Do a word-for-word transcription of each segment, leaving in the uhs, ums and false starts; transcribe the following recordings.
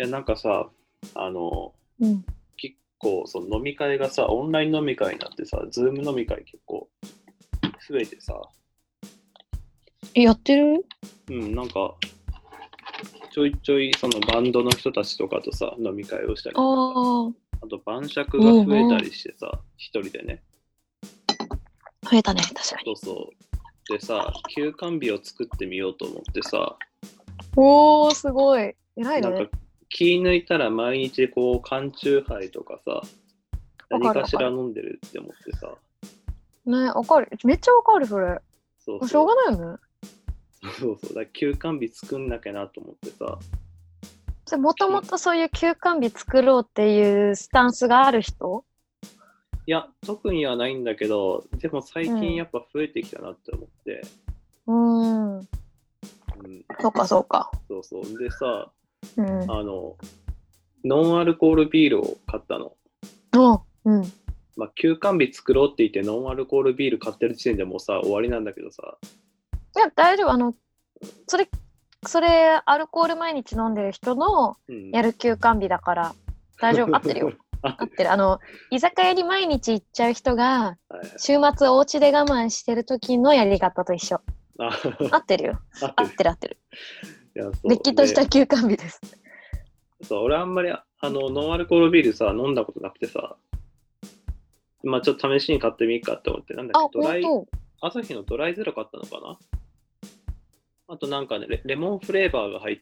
やなんかさ、あの、 うん、 結構その飲み会がさ、オンライン飲み会になってさ、ズーム飲み会結構増えてさ、 え、やってる？ うん、なんかちょいちょいそのバンドの人たちとかとさ、飲み会をしたりあとか、 あ、 あと晩酌が増えたりしてさ、一人でね。 増えたね、確かに。 そうそう。でさ、休館日を作ってみようと思ってさ、 おー、すごい。偉いなんかね。 気抜いたら毎日こう缶チューハイとかさ、 わ何かしらかるわかる。 飲んでるって思ってさ、 ね、わかる。めっちゃわかる、それ。 そうしょうがそないよね。 う、そうそう、だから休館日作んなきゃなと思ってさ、 それもともとそういう休館日作ろうっていうスタンスがある人？ いや、特にはないんだけど、でも最近やっぱ増えてきたなって思って、 うーん。 うん、 そうか、そうか。 そうそう。でさ、 うん。 あの、ノンアルコールビールを買ったの。 おうん。 まあ、休館日作ろうって言ってノンアルコールビール買ってる時点でもうさ、終わりなんだけどさ、 いや、大丈夫。あの、それ、それ、アルコール毎日飲んでる人のうん、 やる休館日だから、大丈夫。合ってるよ。 合ってる。 合ってる。あの、居酒屋に毎日行っちゃう人が、 はいはい、 週末お家で我慢してる時のやり方と一緒。 あ合ってるよ。 合ってる。 合ってる合ってる。 いやそうれっきとした休館日です。 でそう俺あんまりあのノンアルコールビールさ、飲んだことなくてさ、まあちょっと試しに買ってみっかって思って、なんだあ、 っけ、ドライ、 本朝日のドライゼロ買ったのかな。あとなんかねレ、レモンフレーバーが入った、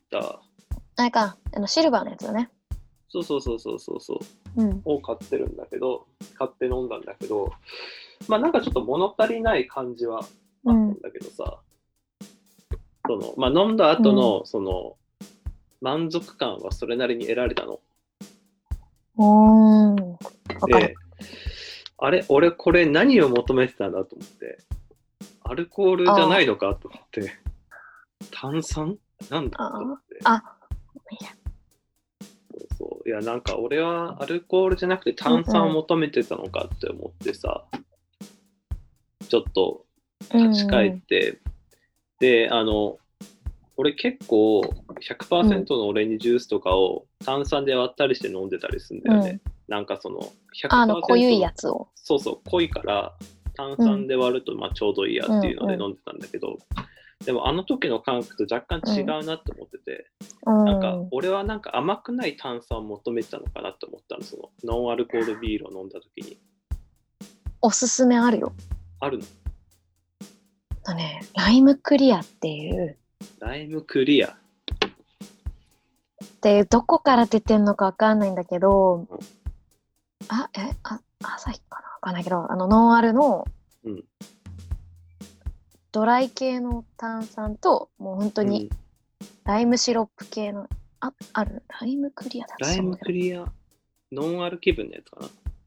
当。あれか、あの、シルバーのやつだね。 そうそうそうそうそうそう、 うん。 を買ってるんだけど、買って飲んだんだけど、まあなんかちょっと物足りない感じはあったんだけどさ、そのまあ飲んだ後のその満足感はそれなりに得られたの。 うん。わかる。 で、あれ、俺これ何を求めてたんだと思って、アルコールじゃないのかと思って、炭酸なんだと思って。 あ、いや。 そうそう。いや、なんか俺はアルコールじゃなくて炭酸を求めてたのかって思ってさ、ちょっと立ち返って、うんうん、で、あの、俺結構 ひゃくパーセント のオレンジジュースとかを炭酸で割ったりして飲んでたりするんだよね。うん、なんかその ひゃくパーセントあの濃いやつを。 そうそう、濃いから炭酸で割るとまあちょうどいいやっていうので飲んでたんだけど、うんうん、でもあの時の感覚と若干違うなって思ってて、うん、なんか俺はなんか甘くない炭酸を求めてたのかなって思ったの、そのノンアルコールビールを飲んだ時に。 おすすめあるよ。 あるの？ だね、ライムクリアっていうライムクリアっていうどこから出てんのかわかんないんだけど、うん、あえあ朝日かなわかんないけど、あのノンアルの、うん、ドライ系の炭酸ともう本当にライムシロップ系の、ああるライムクリアだ。 ライムクリアノンアル気分のやつかな。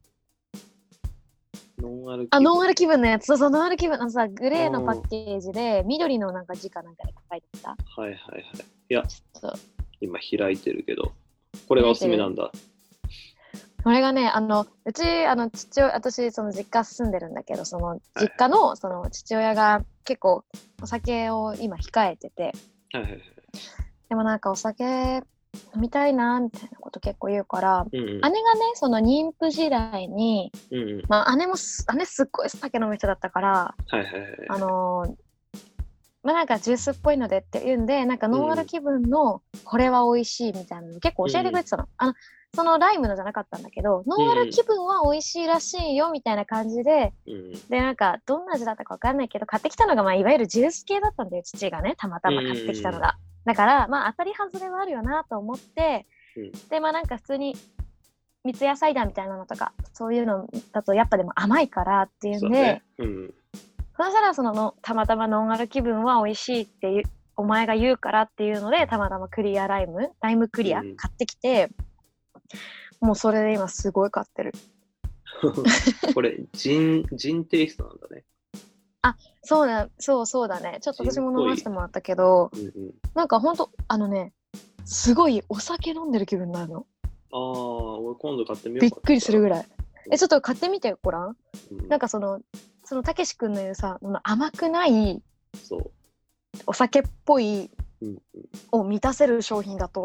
ノンアル気分。 あ、ノンアル気分のやつ。そうそう、ノンアル気分のさ、グレーのパッケージで緑のなんか字かなんかで書いてた。 はいはいはい。いや、今開いてるけど、これがおすすめなんだ。 これがね、あのうちあの父親、私その実家住んでるんだけど、その実家の、はい、その父親が結構お酒を今控えてて、 はいはいはい、 でもなんかお酒飲みたいなみたいなこと結構言うから、 うんうん、 姉がねその妊婦時代に、うんうん、まあ姉も姉すっごい酒飲む人だったから、 はいはいはい、 あのまあなんかジュースっぽいのでって言うんで、なんかノンアル気分のこれは美味しいみたいなの結構教えてくれてたの。うん、あのそのライムのじゃなかったんだけど、ノンアル気分は美味しいらしいよみたいな感じで、うん、でなんかどんな味だったか分かんないけど買ってきたのがまあいわゆるジュース系だったんだよ、父がねたまたま買ってきたのが。うん、だからまあ当たり外れはあるよなと思って、うん、でまあなんか普通に三ツ矢サイダーみたいなのとかそういうのだとやっぱでも甘いからっていうんで、ね、うん、そしたらそののたまたまノンアル気分は美味しいっていうお前が言うからっていうのでたまたまクリアライムライムクリア買ってきて、うん、もうそれで今すごい買ってる。 これジンジンテイストなんだね。 あ、そうだそうそうだね。ちょっと私も飲ませてもらったけど、うんうん、なんかほんとあのねすごいお酒飲んでる気分になるの。 ああ、俺今度買ってみようかな。 びっくりするぐらい。え、ちょっと買ってみてごらん。うん、なんかそのそのたけし君の言うさ、甘くないそうお酒っぽいを満たせる商品だと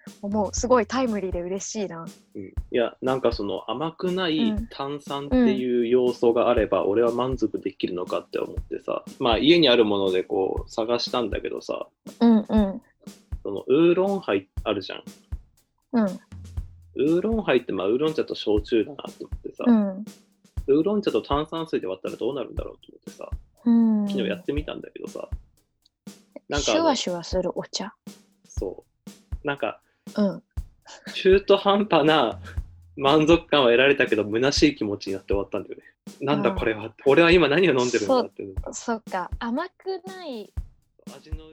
思う。すごいタイムリーで嬉しいな。 うん、いやなんかその甘くないうん炭酸っていう要素があれば俺は満足できるのかって思ってさ、まあ家にあるものでこう探したんだけどさ、 うんうんそのウーロンハイあるじゃん。 うんウーロンハイってまあウーロン茶と焼酎だなって思ってさ、 うんウーロン茶と炭酸水で割ったらどうなるんだろうと思ってさ、 うん。 昨日やってみたんだけどさ、なんかシュワシュワするお茶。 そうなんかうん。 中途半端な満足感は得られたけど虚しい気持ちになって終わったんだよね。なんだこれはって、俺は今何を飲んでるんだっていうの。 そっか、甘くない味の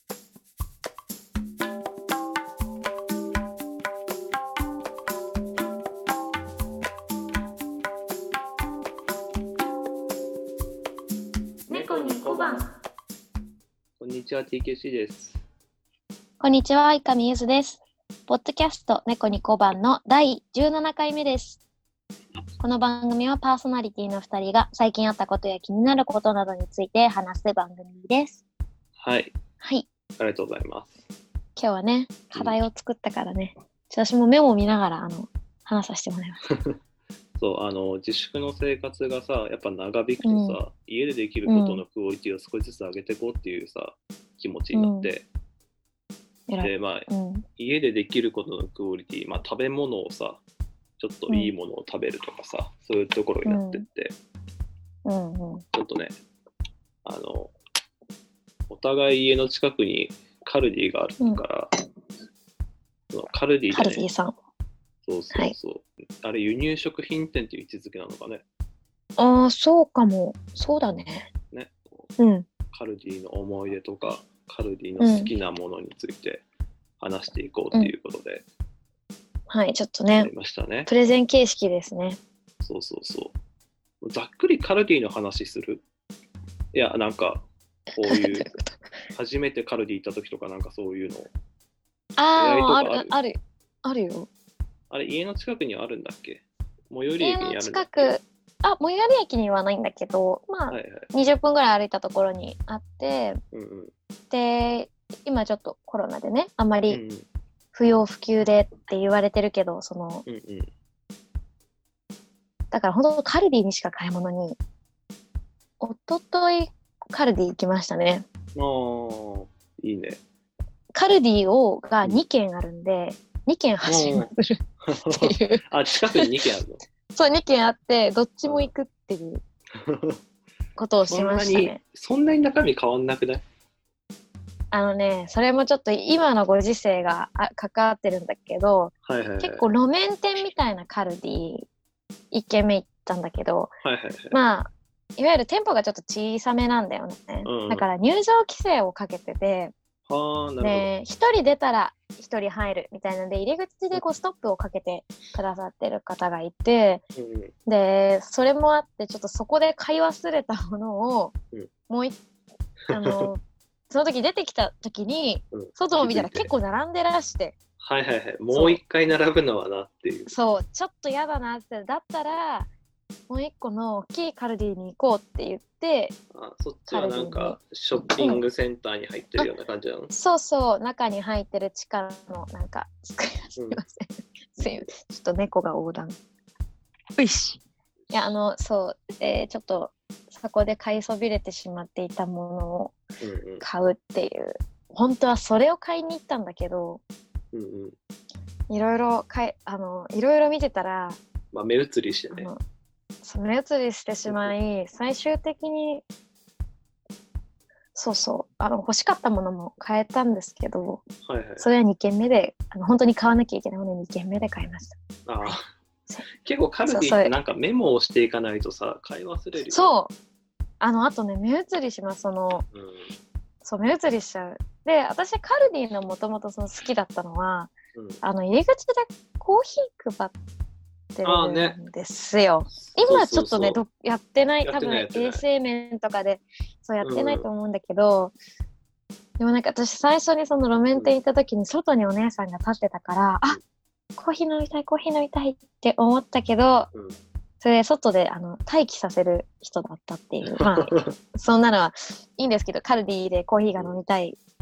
猫に小判。 こんにちは ティーケーシー です。 こんにちは、いかみゆずです。ポッドキャスト猫に小判のだいじゅうななかいめです。この番組はパーソナリティのふたりが最近あったことや気になることなどについて話す番組です。 はい。 はい。 ありがとうございます。 今日はね、課題を作ったからね、うん、私もメモを見ながらあの話させてもらいます。 そうあの自粛の生活がさやっぱ長引くとさ、うん、家でできることのクオリティを少しずつ上げていこうっていうさ気持ちになって、うん、でまあ、うん、家でできることのクオリティ、まあ、食べ物をさちょっといいものを食べるとかさ、うん、そういうところになってって、うんうん、ちょっとねあのお互い家の近くにカルディがあるから、そのカルディで、ね、 カルディさんそうそうそう、はい、あれ輸入食品店っていう位置づけなのかね。 ああそうかも。そうだね。 ね、 うん、 カルディの思い出とかカルディの好きなものについて話していこうっていうことで、 うん、はいちょっとね、 ありましたね。 プレゼン形式ですね。 そうそうそうざっくりカルディの話する。いやなんかこういう初めてカルディ行った時とかなんかそういうのあああるあるあるよ。 あれ家の近くにあるんだっけ？最寄り駅にあるんだっけ？家の近く、 あ、最寄り駅にはないんだけど、まあ、はいはい、にじゅっぷんぐらい歩いたところにあって、うんうん、で、今ちょっとコロナでね、あんまり不要不急でって言われてるけど、その、うんうん、だから本当カルディにしか買い物に、おとといカルディ行きましたね。 あー、いいね。 カルディをがにけんあるんで、にけん走りまするっていう。 あ、近くににけんあるの？ そう、にけんあって、どっちも行くっていうことをしましたね。 そんなに、そんなに中身変わんなくない？ あのね、それもちょっと今のご時世があ関わってるんだけど、はいはいはい、結構路面店みたいなカルディいっけんめ行ったんだけど、はいはいはい、まあ、いわゆる店舗がちょっと小さめなんだよね。うん、だから入場規制をかけてて、でひとり出たらひとり入るみたいなので入り口でこうストップをかけてくださってる方がいて、うん、でそれもあってちょっとそこで買い忘れたものを、うん、もう一あのその時出てきた時に、うん、外を見たら結構並んでらして、 はいはいはい、もう一回並ぶのはなっていう。 そうちょっと嫌だなって、だったらもう一個の大きいカルディに行こうって言って、 あ、そっちはなんかショッピングセンターに入ってるような感じなの？ うん、そうそう中に入ってる地下のなんかすいません、うん、すいませんちょっと猫が横断ういしいやあのそう、えー、ちょっとそこで買いそびれてしまっていたものを買うっていう、うんうん、本当はそれを買いに行ったんだけど、うんうん、いろいろかいあのいろいろ見てたら、 まあ、目移りしてね、 目移りしてしまい、最終的にそうそうあの欲しかったものも買えたんですけど、はいはい、それはにけんめであの本当に買わなきゃいけないものにけんめで買いました。 あ、はい、結構カルディってなんかメモをしていかないとさ買い忘れるよ。 そうあのあとね目移りします。その、うん、そう目移りしちゃう。で私カルディのもともと好きだったのは、うん、あの入り口でコーヒー配ってるんですよ。ね、今ちょっとねどやってない、多分衛生面とかでそうやってないと思うんだけど、うん、でもなんか私最初にその路面店行った時に外にお姉さんが立ってたから、うん、あコーヒー飲みたいコーヒー飲みたいって思ったけど、うん、それで外であの待機させる人だったっていうまあそんなのはいいんですけど、カルディでコーヒーが飲みたい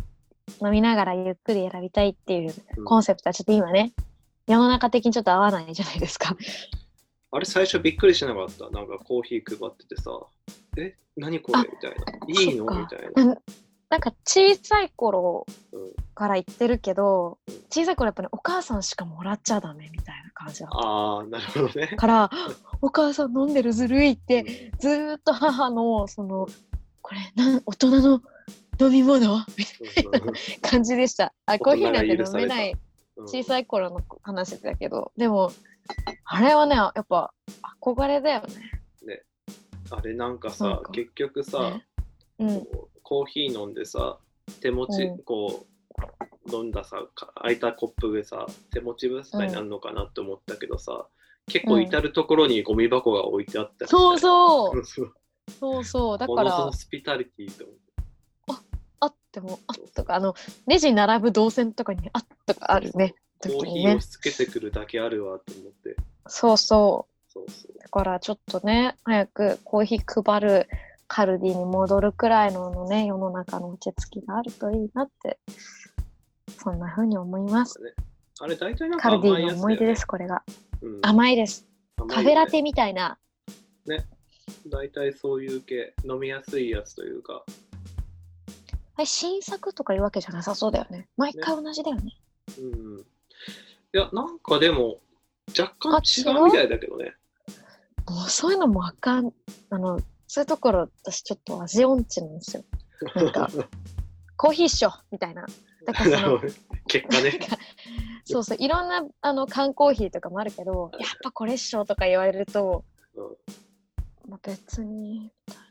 飲みながらゆっくり選びたいっていうコンセプトはちょっと今ね、うん、世の中的にちょっと合わないじゃないですか。 あれ最初びっくりしなかった。なんかコーヒー配っててさ、え、何これみたいな。いいのみたいな。 なんか小さい頃から言ってるけど、うん、小さい頃やっぱね、お母さんしかもらっちゃダメみたいな感じだった。 ああ、なるほどね。 からお母さん飲んでるずるいってずーっと母のそのこれなん大人の飲み物みたいな感じでした。あ、コーヒーなんて飲めない小さい頃の話だけど、でもあれはねやっぱ憧れだよね。ね、 あれなんかさか結局さ、うん、コーヒー飲んでさ手持ち、うん、こう飲んださ空いたコップでさ手持ち無沙汰になるのかなって思ったけどさ、うん、結構至る所にゴミ箱が置いてあったり、ね、 そうそうそうそうだからホスピタリティと思ってああってもあとかあのレジに並ぶ動線とかにあとかあるね。 コーヒーをつけてくるだけあるわと思って。 そうそうそうそうだからちょっとね早くコーヒー配るカルディに戻るくらいののね世の中の落ち着きがあるといいなってそんな風に思います。 あれ大体なんか甘いやつだよね。 カルディの思い出ですこれが、うん、甘いです。甘いよね、カフェラテみたいな。 ね。大体そういう系飲みやすいやつというか。 あれ新作とかいうわけじゃなさそうだよね。毎回同じだよね。ねうん。いやなんかでも若干違うみたいだけどね。 もうそういうのもあかんあのそういうところ私ちょっと味音痴なんですよ。なんかコーヒーっしょみたいな。だからその結果ね。 そうそういろんなあの缶コーヒーとかもあるけどやっぱこれっしょとか言われると、うんまあ、別に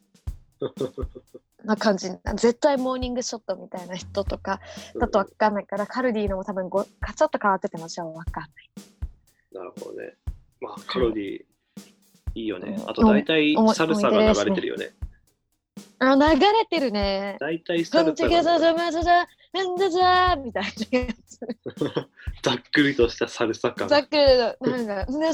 な感じ絶対モーニングショットみたいな人とかだと分かんないから、うん、カルディのも多分ごちょっと変わっててもじゃあ分かんない。 なるほどね。まあカルディ、いいよね。あと大体サルサが流れてるよね。 あ、流れてるね。 大体サルサが、ね。 みたいなやつ。 ざっくりとしたサルサ感。 ざっくりと、なんか、み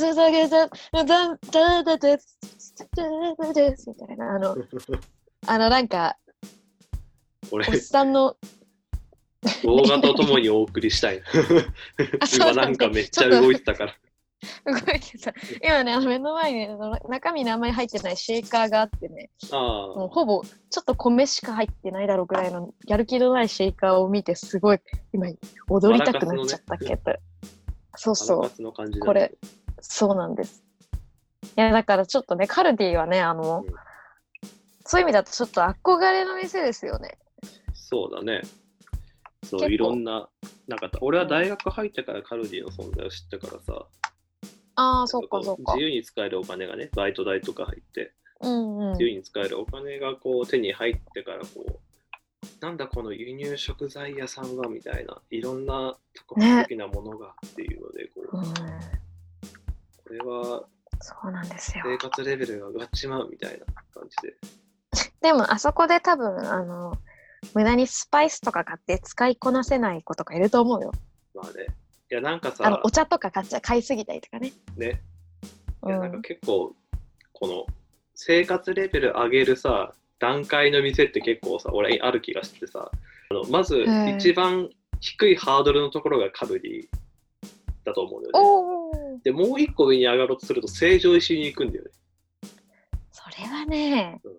たいな、あの、あのなんか、おっさんの動画とともにお送りしたい。今なんかめっちゃ動いてたから。 動いてた。今ね、目の前に中身にあんまり入ってないシェーカーがあってね、あもうほぼちょっと米しか入ってないだろうぐらいのやる気のないシェーカーを見てすごい今踊りたくなっちゃったけど、ね、そうそうこれそうなんです。いやだからちょっとねカルディはねあの、うん、そういう意味だとちょっと憧れの店ですよね。 そうだね。そういろんななんか俺は大学入ってからカルディの存在を知ったからさ。 ああ、そっかそっか。 自由に使えるお金がね、バイト代とか入って、 うんうん、 自由に使えるお金がこう手に入ってからこう、なんだこの輸入食材屋さんはみたいな、いろんな多国的なものがっていうので、こう、ね、これはそうなんですよ。 生活レベルが上がっちまうみたいな感じで。 でもあそこで多分あの無駄にスパイスとか買って使いこなせない子とかいると思うよ。 まあね。いやなんかさあのお茶とか買っちゃ買いすぎたりとかね。 ね。いやなんか結構、うん、この生活レベル上げるさ段階の店って結構さ俺ある気がしてさあのまず一番低いハードルのところがカルディだと思うよね。おでもう一個上に上がろうとすると成城石井に行くんだよね。 それはね、うん、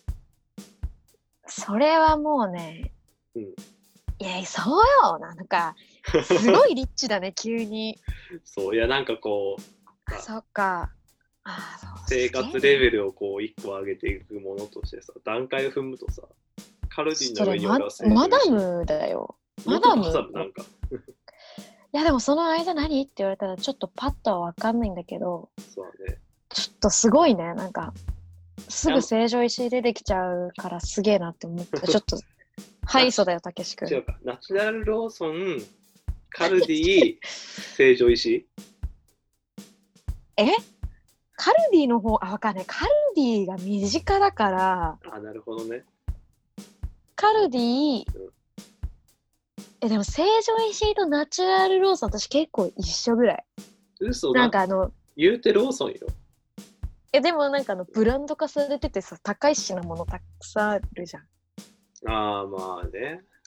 それはもうね、うん、いやそうよなんかすごいリッチだね急に。 そういやなんかこうあそっかあそう生活レベルをこう一個上げていくものとしてさ段階を踏むとさカルディの上に俺はマ, マダムだよマダムなんかいやでもその間何って言われたらちょっとパッとは分かんないんだけどそうねちょっとすごいねなんかすぐ成城石井出てきちゃうからすげえなって思ってちょっとはいそうだよたけし君。 違うかナチュラルローソンカルディ成城石井えカルディの方あ分かんないカルディが身近だからあなるほどねカルディ、うん、えでも成城石井とナチュラルローソン私結構一緒ぐらい。 嘘なんかあの言うてローソンよ。 えでもなんかあのブランド化されててさ高い品物たくさんあるじゃん。 ああまあね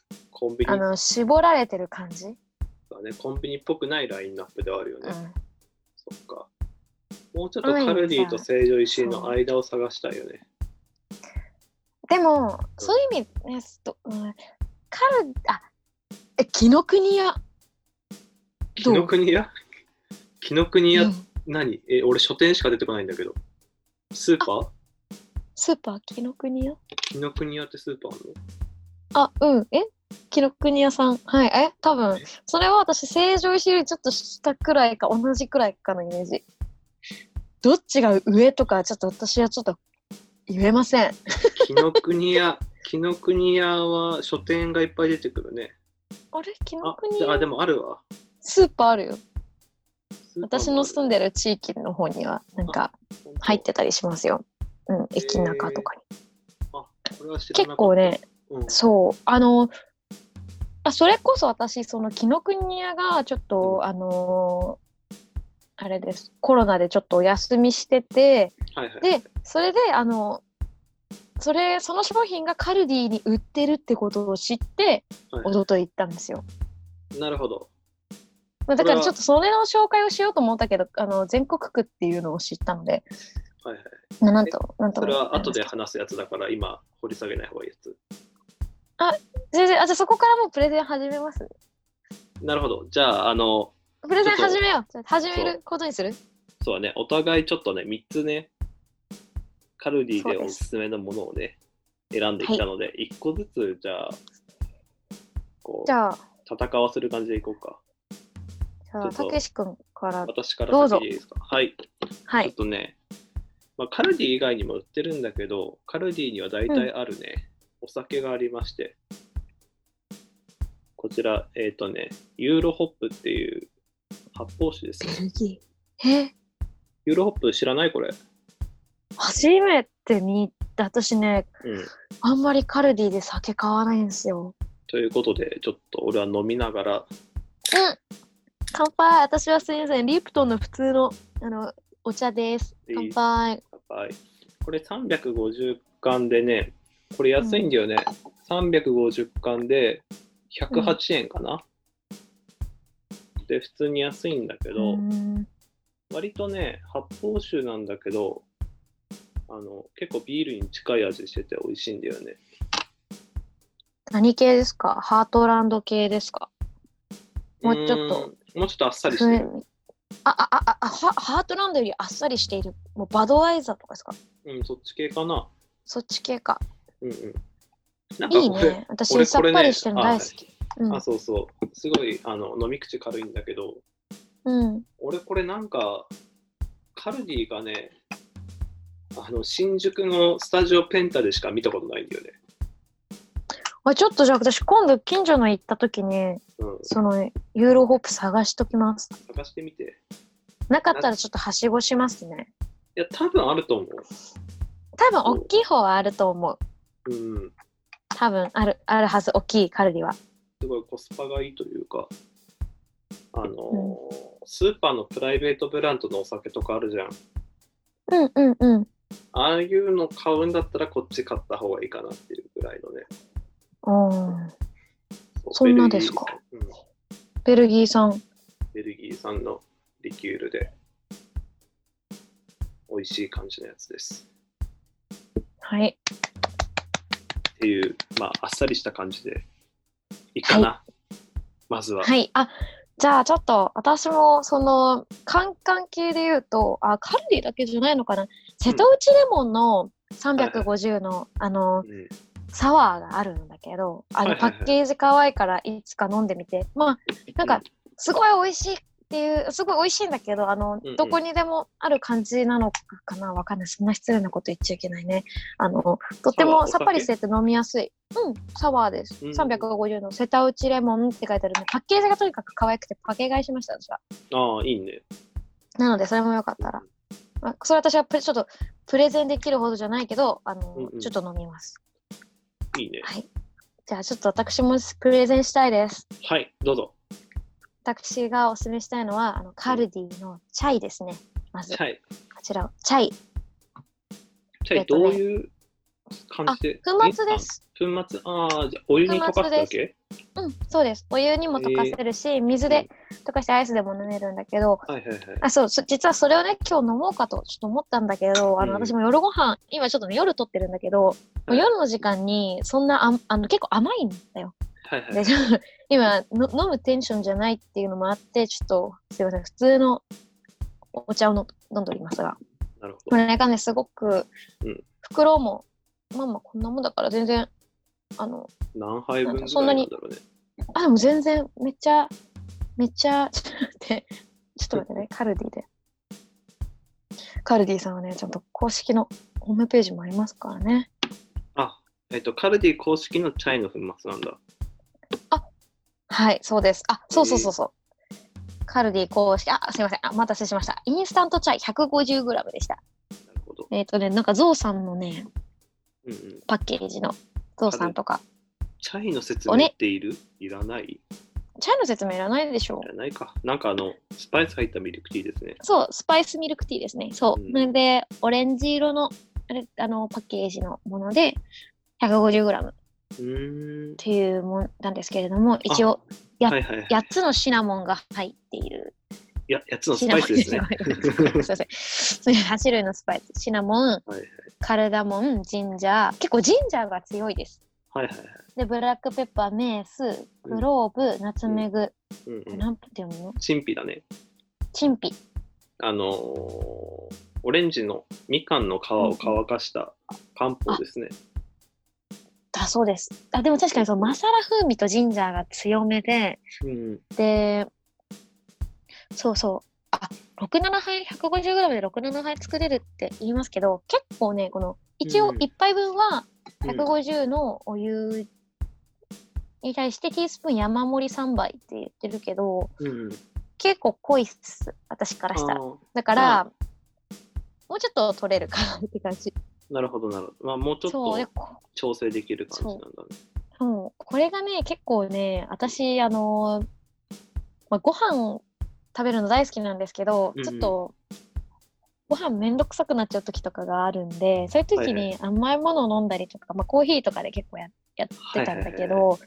コンビニあの絞られてる感じ、 だね、コンビニっぽくないラインナップではあるよね。 うん、 そっか。もうちょっとカルディと成城石井の間を探したいよね。 でも、そういう意味ですと、うん、カルあえ紀ノ国屋紀ノ国屋紀ノ国屋、 うん、 何え俺書店しか出てこないんだけど。スーパースーパー紀ノ国屋紀ノ国屋ってスーパーあるの？ あ、うん。え紀ノ国屋さん。はい。え多分、それは私、成城石井よりちょっと下くらいか、同じくらいかのイメージ。どっちが上とか、ちょっと私はちょっと言えません。 紀ノ国屋、紀ノ国屋は書店がいっぱい出てくるね。 あれ紀ノあ国屋あ、でもあるわ。 スーパーあるよ。 スーパー私の住んでる地域の方には、なんか、入ってたりしますよ。うん、駅中とかに。 あ、これは知らなかった。 結構ね、 うん、 そう、あの、あそれこそ私、その紀ノ国屋がちょっと、 うん、 あのー、あれです、コロナでちょっとお休みしてて、 はいはい、 で、それで、あの、それ、その商品がカルディに売ってるってことを知って、 はい、 おととい行ったんですよ。 なるほど。 まあ、だからちょっとそれの紹介をしようと思ったけど、あの全国区っていうのを知ったので、 はいはい、 ななんと、なんとそれは後で話すやつだから今掘り下げない方がいいやつ。 あ、全然、あ、じゃあそこからもうプレゼン始めます。 なるほど。じゃあ、あの、 プレゼン始めよう。じゃあ始めることにする？ そうだね、お互いちょっとね、みっつね、カルディでおすすめのものをね、選んできたので、はい、いっこずつ、じゃあ、こう、 じゃあ戦わせる感じでいこうか。 じゃあ、たけし君から私から先でいいですか？はい。はい。ちょっとね、まあ、カルディ以外にも売ってるんだけど、カルディには大体あるね、うん、お酒がありまして、こちら、えっ、ー、とね、ユーロホップっていう発泡酒ですね。 ベルギー。えユーロホップ知らないこれ？ 初めて見た。私ね、 うん、 あんまりカルディで酒買わないんですよ。 ということで、ちょっと俺は飲みながら。 うん。乾杯。私はすみません。リプトンの普通のあのお茶です。乾杯。 乾杯。これさんびゃくごじゅうかんでね、これ安いんだよね。うん、さんびゃくごじゅうかんでひゃくはちえんかな、うん、で、普通に安いんだけど、割とね、発泡酒なんだけど、あの結構ビールに近い味してて美味しいんだよね。 何系ですか？ハートランド系ですか？もうちょっと。 もうちょっとあっさりしてる。 あ、あ、あ、あ、ハートランドよりあっさりしている。もうバドワイザーとかですか？ うん、そっち系かな。 そっち系か。 うんうん。なんかいいね。私、さっぱりしてるの大好き。 あ、うん、あ、そうそう。すごいあの飲み口軽いんだけど、 うん。 俺これなんか、カルディがね、あの新宿のスタジオペンタでしか見たことないんだよね。 あ、ちょっとじゃあ私今度近所の行った時に、うん、そのユーロホップ探しときます。 探してみて。 なかったらちょっとはしごしますね。 いや、多分あると思う。 多分大きい方はあると思う。 うん。 多分ある、あるはず、大きいカルディは。 すごいコスパがいいというか、あのーうん、スーパーのプライベートブランドのお酒とかあるじゃん。 うんうんうん。 ああいうの買うんだったらこっち買った方がいいかなっていうぐらいのね。 ああ。そんなですか。ベルギー産。 ベルギー産のリキュールで美味しい感じのやつです。 はい。 っていう、まあ、あっさりした感じでいいかな、はい、まずは。 はい。あ、じゃあちょっと私もそのカンカン系で言うと、あ、カルディだけじゃないのかな。瀬戸内レモンのさんびゃくごじゅうの、はいはい、あの、うん、サワーがあるんだけど、あのパッケージ可愛いからいつか飲んでみて、まあなんかすごい美味しいっていう、すごい美味しいんだけど、あの、うんうん、どこにでもある感じなのかな、わかんない。そんな失礼なこと言っちゃいけないね。あのとってもさっぱりしてて飲みやすい。うん、サワーです。うん、さんびゃくごじゅうの瀬戸内レモンって書いてあるので、パッケージがとにかく可愛くてパケ買いしました、私は。 ああ、いいね。 なのでそれもよかったら、まあ、それ私はちょっとプレゼンできるほどじゃないけど、あの、うんうん、ちょっと飲みます。 いいね。 はい。じゃあちょっと私もプレゼンしたいです。 はい、どうぞ。 私がおすすめしたいのはあのカルディのチャイですね。まず。 チャイ。 こちらをチャイ。 チャイ、どういう感じで？ あ、粉末です。 粉末、ああ、じゃあお湯に溶かすだけ？ うん、そうです。お湯にも溶かせるし、水で溶かしてアイスでも飲めるんだけど、 はいはいはい。 あ、そう、そ実はそれをね、今日飲もうかとちょっと思ったんだけど、あの、 うん私も夜ご飯、今ちょっとね、夜撮ってるんだけど、もう夜の時間にそんなあ、あの、結構甘いんだよ。 はいはい。 で、ちょっと今の、飲むテンションじゃないっていうのもあって、ちょっと、すいません、普通のお茶をの飲んでおりますが。 なるほど。 これがね、すごく、 うん、 袋も、まあまあこんなもんだから全然、あの、 何杯分ぐらいなんだろうね。 あ、でも全然、めっちゃ、めっちゃ、ちょっと待って、ちょっと待ってね、カルディで。カルディさんはね、ちゃんと公式のホームページもありますからね。 あ、えっと、カルディ公式のチャイの粉末なんだ。 あ、はい、そうです。あ、そうそうそうそう。えー、カルディ公式、あ、すいません、あ、お待たせしました。インスタントチャイ ひゃくごじゅうグラム でした。なるほど。 えっ、ー、とね、なんかゾウさんのね、 うんうん、 パッケージのゾウさんとか。 チャイの説明っている？いらない？ チャイの説明いらないでしょ。 いらないか。なんかあの、スパイス入ったミルクティーですね。 そう、スパイスミルクティーですね。そう。うん、なんで、オレンジ色のあれあのパッケージのもので、ひゃくごじゅうグラム っていうもんなんですけれども、一応や、はいはいはい、やっつのシナモンが入っている。 いや、やっつのスパイスですね。 すいません。それはち種類のスパイス。シナモン、はいはい、カルダモン、ジンジャー。結構ジンジャーが強いです。 はいはいはい。 で、ブラックペッパー、メース、クローブ、うん、ナツメグ。 うんうん、 何て読むの？ チンピだね。 チンピ。 あのー、オレンジのみかんの皮を乾かした漢方ですね。 だそうです。あ、でも確かにそのマサラ風味とジンジャーが強めで、うん、で、そうそう。あ、ろく、ななはい、ひゃくごじゅうグラム でろく、ななはい作れるって言いますけど、結構ね、この、一応いっぱいぶんはひゃくごじゅうのお湯に対してティースプーン山盛りさんばいって言ってるけど、うん、結構濃いっす、私からしたら。だから、もうちょっと取れるかなって感じ。 なるほど、なるほど。まあ、もうちょっと調整できる感じなんだね。 そう、うん、これがね、結構ね、私、あのー、まあ、ご飯食べるの大好きなんですけど、うん、ちょっとご飯めんどくさくなっちゃう時とかがあるんで、そういう時に甘いものを飲んだりとか、はいはい、まあ、コーヒーとかで結構 や, やってたんだけど、はいはいはい、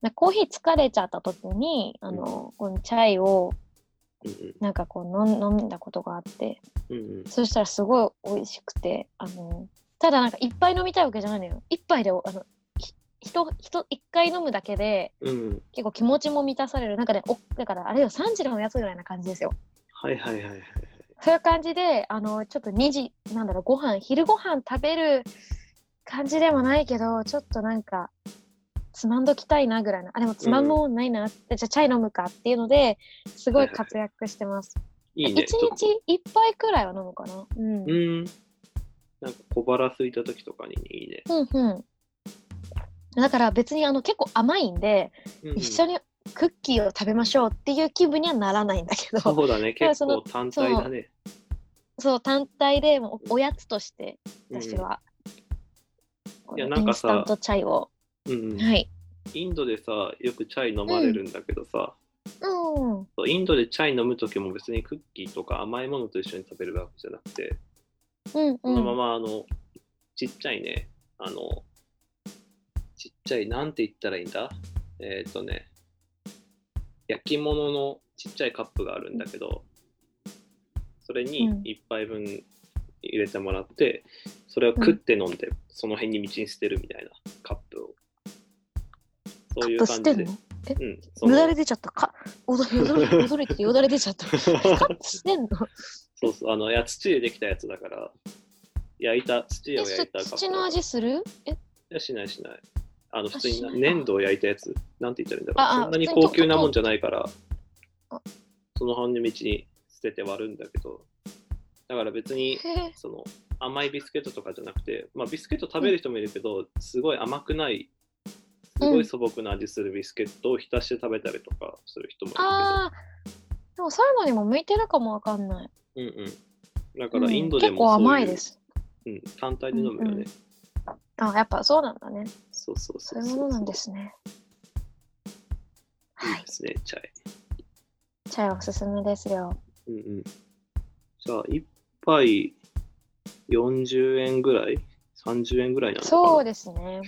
コーヒー疲れちゃった時にあの、うん、このチャイをなんかこう 飲, 飲んだことがあって、うんうん、そしたらすごい美味しくて、あのただなんかいっぱい飲みたいわけじゃないのよ。一杯であの人人一回飲むだけで、うん、結構気持ちも満たされる。なんかね、おだからあれよ、さんじのおやつぐらいな感じですよ。 はいはいはいはい。 そういう感じで、あのちょっとにじなんだろう、ご飯昼ご飯食べる感じでもないけど、ちょっとなんかつまんどきたいなぐらいな。あ、でもつまんもないなって、うん、じゃあチャイ飲むかっていうのですごい活躍してます。はいはい、いいね。いちにちいっぱいくらいは飲むかな。うん。 うん。なんか小腹空いた時とかにいいね。 うんうん。だから別にあの結構甘いんで、うん、一緒にクッキーを食べましょうっていう気分にはならないんだけど。 そうだね、結構単体だね。 そう、そう単体でも お, おやつとして私は、うん、いやなんかさ、インスタントチャイを、 うんうん、 はい。 インドでさ、よくチャイ飲まれるんだけどさ、うんうん、インドでチャイ飲む時も別にクッキーとか甘いものと一緒に食べるわけじゃなくて、うんうん、そのままあのちっちゃいね、あのちっちゃい、なんて言ったらいいんだ、えっ、ー、とね、焼き物のちっちゃいカップがあるんだけど、それにいっぱいぶん入れてもらって、それを食って飲んで、うん、その辺に道に捨てるみたいなカップを。そういう感じで。 え、うん、よだれ出ちゃった。か驚いてよだれ出ちゃった。カップしてんの？ そうそう、あの、いや、土でできたやつだから、焼いた、土を焼いたカップ。 土の味する？え？いや、しないしない。あの普通に粘土を焼いたやつ、なんて言ったらいいんだろう。そんなに高級なもんじゃないから、その半道に捨てて割るんだけど、だから別にその甘いビスケットとかじゃなくて、まあ、ビスケット食べる人もいるけど、すごい甘くない、すごい素朴な味するビスケットを浸して食べたりとかする人もいるけど。あー、でもそういうのにも向いてるかもわかんない。 うんうん。だからインドでもそういう、うん、結構甘いです。 うん、単体で飲むよね。うんうん、 あ、やっぱそうなんだね。 そうそうそうそう。 そういうものなんですね。 いいですね、はい、チャイ。 チャイおすすめですよ。 うんうん。じゃあ、いっぱいよんじゅうえんぐらい ?さんじゅうえんぐらいなのかな。 そうですね。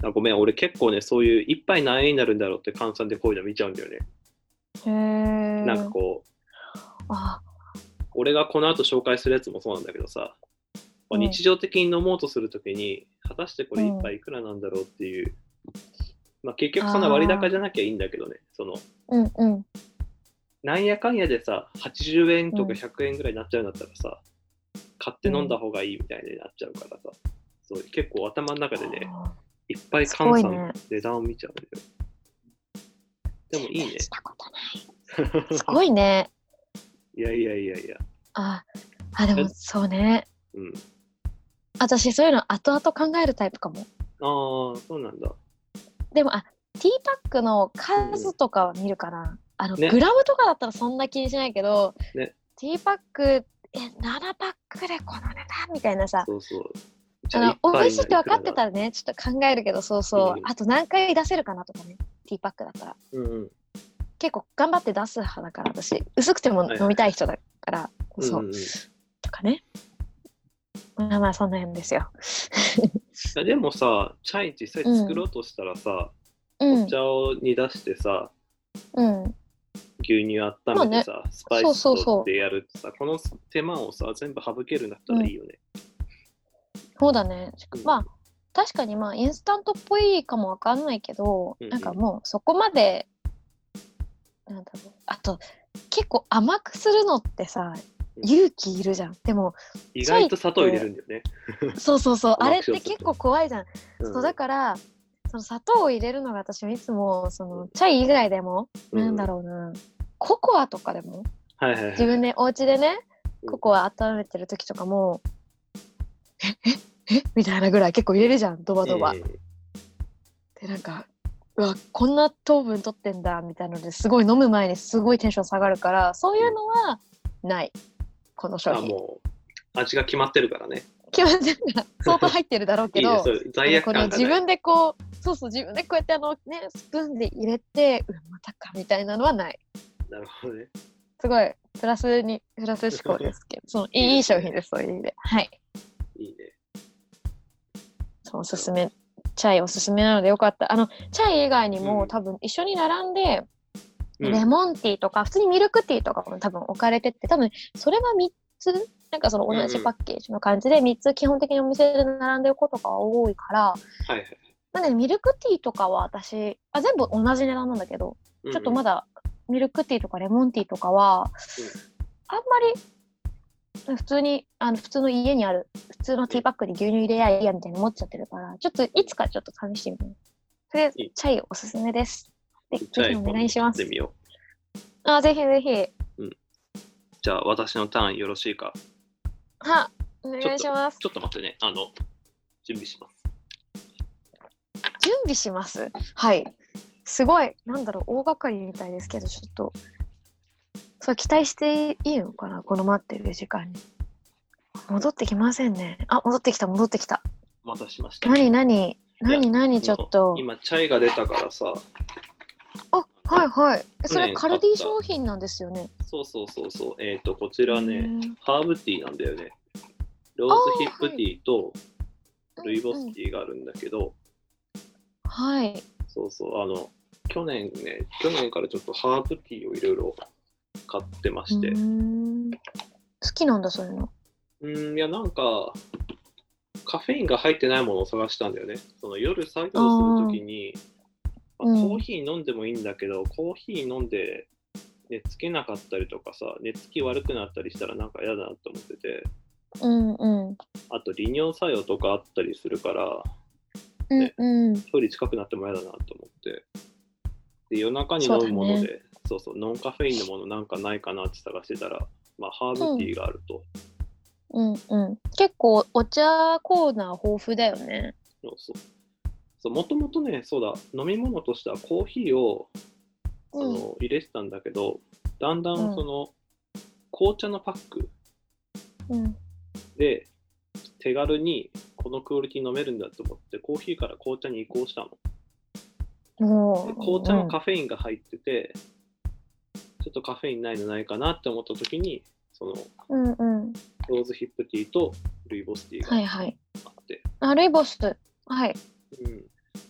あごめん、俺結構ね、そういう一杯何円になるんだろうって換算でこういうの見ちゃうんだよね。 へー。 なんかこう、 あ、 俺がこの後紹介するやつもそうなんだけどさ、 うん日常的に飲もうとするときに、果たしてこれうん一杯いくらなんだろうっていう、まあ結局そんな割高じゃなきゃいいんだけどね、その、 うんうん。 なんやかんやでさ、はちじゅうえんとかうんひゃくえんぐらいになっちゃうんだったらさ、買って飲んだ方がいいみたいになっちゃうからさ、そう結構頭の中でね、 あいっぱいすごいね換算、値段を見ちゃうんだよ。でもいいね。 したことない。すごいね。 いやいやいやいや。 あ、あ、でもそうね。 うん。 私そういうの後々考えるタイプかも。 ああ、そうなんだ。 でも、あ、ティーパックの数とかは見るかな。あの、 ねグラムとかだったらそんな気にしないけど、 ね。 ティーパック、え、ななパックでこの値段みたいなさ、 そうそう。 あの、美味しいって分かってら。 たらね、ちょっと考えるけど、そうそう。 うんあと何回出せるかなとかね、ティーパックだったら。 うんうん。 結構頑張って出す派だから、私。薄くても飲みたい人だから、そう。 うんうんうん、 とかね。まあまあ、そんな辺ですよ。 いやでもさ、チャイ実際作ろうとしたらさ、 うんお茶を煮出してさ、 うん。 牛乳温めてさ、 ね、 スパイスとってやるってさ、この手間をさ、全部省けるんだったらいいよね。 うん、そうだね。まあ、確かにまあ、インスタントっぽいかもわかんないけど、うんうん、なんかもうそこまで、なんだろう。あと、結構甘くするのってさ、勇気いるじゃん。でも、 意外と砂糖入れるんだよね。 そうそうそう。あれって結構怖いじゃん。 うん、 そうだから、その砂糖を入れるのが私はいつもそのチャイ以外でも、うん、なんだろうな、ココアとかでも、 はいはいはい、 自分でお家でねココア温めてる時とかも、うん、えええみたいなぐらい結構入れるじゃん、ドバドバ、えー、でなんかうわこんな糖分取ってんだみたいなのですごい飲む前にすごいテンション下がるから、そういうのはない、この商品。 あ、もう味が決まってるからね。 決まってるから相当入ってるだろうけどいい、ね、 そう罪悪感がない。 この自分でこうそうそう自分でこうやってあのねスプーンで入れて、うん、またかみたいなのはない。 なるほどね。 すごいプラスにプラス思考ですけどそのいい、いい商品です、そういう意味で。はい。 いいね。 そうおすすめ、チャイおすすめなのでよかった。あのチャイ以外にも、うん、多分一緒に並んで、うん、レモンティーとか普通にミルクティーとかも多分置かれてて、多分それがみっつなんかその同じパッケージの感じでみっつ基本的にお店で並んでることが多いから、 はいはい、 なのでミルクティーとかは私あ全部同じ値段なんだけど、うんうん、ちょっとまだミルクティーとかレモンティーとかは、うん、あんまり普通にあの普通の家にある普通のティーパックに牛乳入れやいいやみたいに思っちゃってるから、ちょっといつかちょっと試してみて。とりあえずチャイおすすめです。でぜひお願いします。あぜひぜひ、 うん、じゃあ私のターンよろしいか。 はお願いします。 ちょっと待ってね、あの準備します。 準備します。はい。すごいなんだろう大掛かりみたいですけど、ちょっとそう期待していいのかな、この待ってる時間に。戻ってきませんね。あ戻ってきた戻ってきた。 お待たせしました。 何何何何ちょっと今チャイが出たからさ。 あはいはい。それカルディ商品なんですよね。 そうそうそうそう。えっ、ー、とこちらねハーブティーなんだよね。ローズヒップティーとルイボスティーがあるんだけど、 はい。 そうそうあの去年ね去年からちょっとハーブティーをいろいろ買ってまして。 うーん好きなんだそういうの。 うんいやなんかカフェインが入ってないものを探したんだよね。その夜作業するときに、まあ、コーヒー飲んでもいいんだけど、うん、コーヒー飲んで寝つけなかったりとかさ、寝つき悪くなったりしたらなんか嫌だなって思ってて、 うんうん、あと利尿作用とかあったりするから、 ねうんうん、 距離近くなっても嫌だなと思って、で夜中に飲むもので、そう、ね、そうそうノンカフェインのものなんかないかなって探してたら、まあ、ハーブティーがあると。 うんうん、結構お茶コーナー豊富だよね。 そうそうそうもともとねそうだ飲み物としてはコーヒーを、うん、あの入れてたんだけど、だんだんその、うん、紅茶のパック、うん、で手軽にこのクオリティ飲めるんだと思ってコーヒーから紅茶に移行したの。で紅茶のカフェインが入ってて、うん、ちょっとカフェインないのないかなって思った時にその、うんうん、ローズヒップティーとルイボスティーがあって、 はいはい、あルイボスはい、 うん、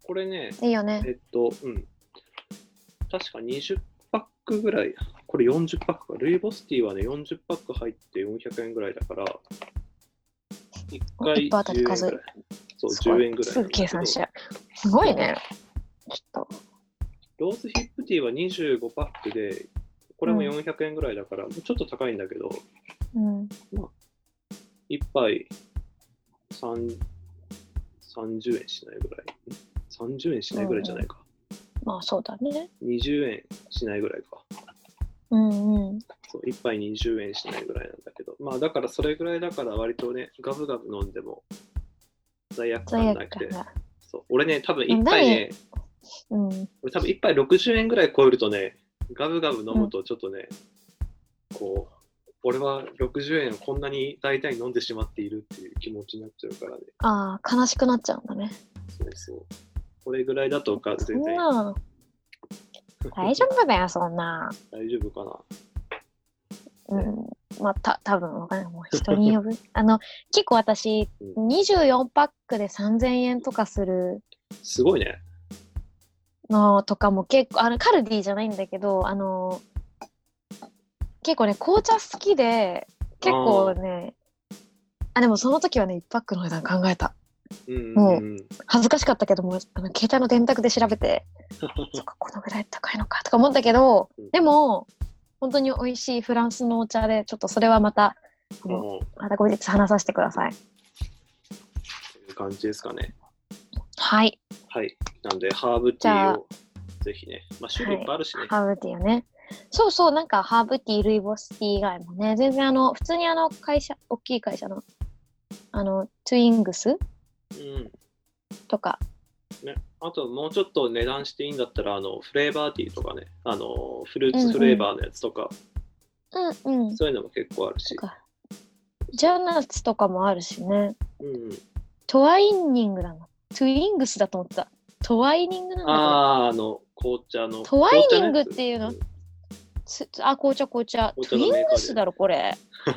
これね、 いいよね。 えっと、うん。確かにじゅっパックぐらい、これよんじゅっパックか。ルイボスティーはね、よんじゅっパック入ってよんひゃくえんぐらいだから、いっかい一本あたり数えじゅうえんぐらい。そう、じゅうえんぐらい。 すぐ計算しちゃう。すごいね。ちょっと。 ローズヒップティーはにじゅうごパックで、これもよんひゃくえんぐらいだから、うん、ちょっと高いんだけど、 うん、 まあ、いっぱいさんじゅうえんしないぐらい。さんじゅうえんしないぐらいじゃないか。 うん、まあそうだね。 にじゅうえんしないぐらいか。 うんうん。 そう、いっぱいにじゅうえんしないぐらいなんだけど、まあだからそれぐらいだから割とね、ガブガブ飲んでも罪悪感なくて。そう、俺ね、多分いっぱいね、うん、俺多分いっぱいろくじゅうえんぐらい超えるとね、ガブガブ飲むとちょっとね、うん、こう、俺はろくじゅうえんをこんなに大体飲んでしまっているっていう気持ちになっちゃうからね。 ああ、悲しくなっちゃうんだね。 そうそう。これぐらいだとか全然。 大丈夫だよ、そんな。 大丈夫かな。 うん。まあ、た多分わかんない。もう人による。あの、結構私、うん、にじゅうよんパックでさんぜんえんとかする。 すごいね。 のとかも結構、あの、カルディじゃないんだけど、あの、結構ね、紅茶好きで、結構ね、あ、でもその時はね、いちパックの値段考えた。 うんうんうん、 もう、恥ずかしかったけども、あの携帯の電卓で調べて、そっか、このぐらい高いのかとか思ったけど、でも、本当に美味しいフランスのお茶で、ちょっとそれはまた、うん、また後日話させてください。 という感じですかね。 はい。 はい。なんで、ハーブティーをぜひね、まあ、種類いっぱいあるしね、はい。 ハーブティーをね。そうそう、なんかハーブティー、ルイボスティー以外もね、全然あの、普通にあの、会社、大きい会社の、あの、トゥイングス、うん、とか。 ね、あともうちょっと値段していいんだったら、あの、フレーバーティーとかね、あの、フルーツフレーバーのやつとか、 うんうん、 そういうのも結構あるし。 ジャナッツとかもあるしね。 うん、 トワイニングなの。トゥイングスだと思った。トワイニングなんだ。 ああ、あの、紅茶の。 トワイニングっていうの、うん、あ、紅茶、紅茶。トゥイングスだろ、これ。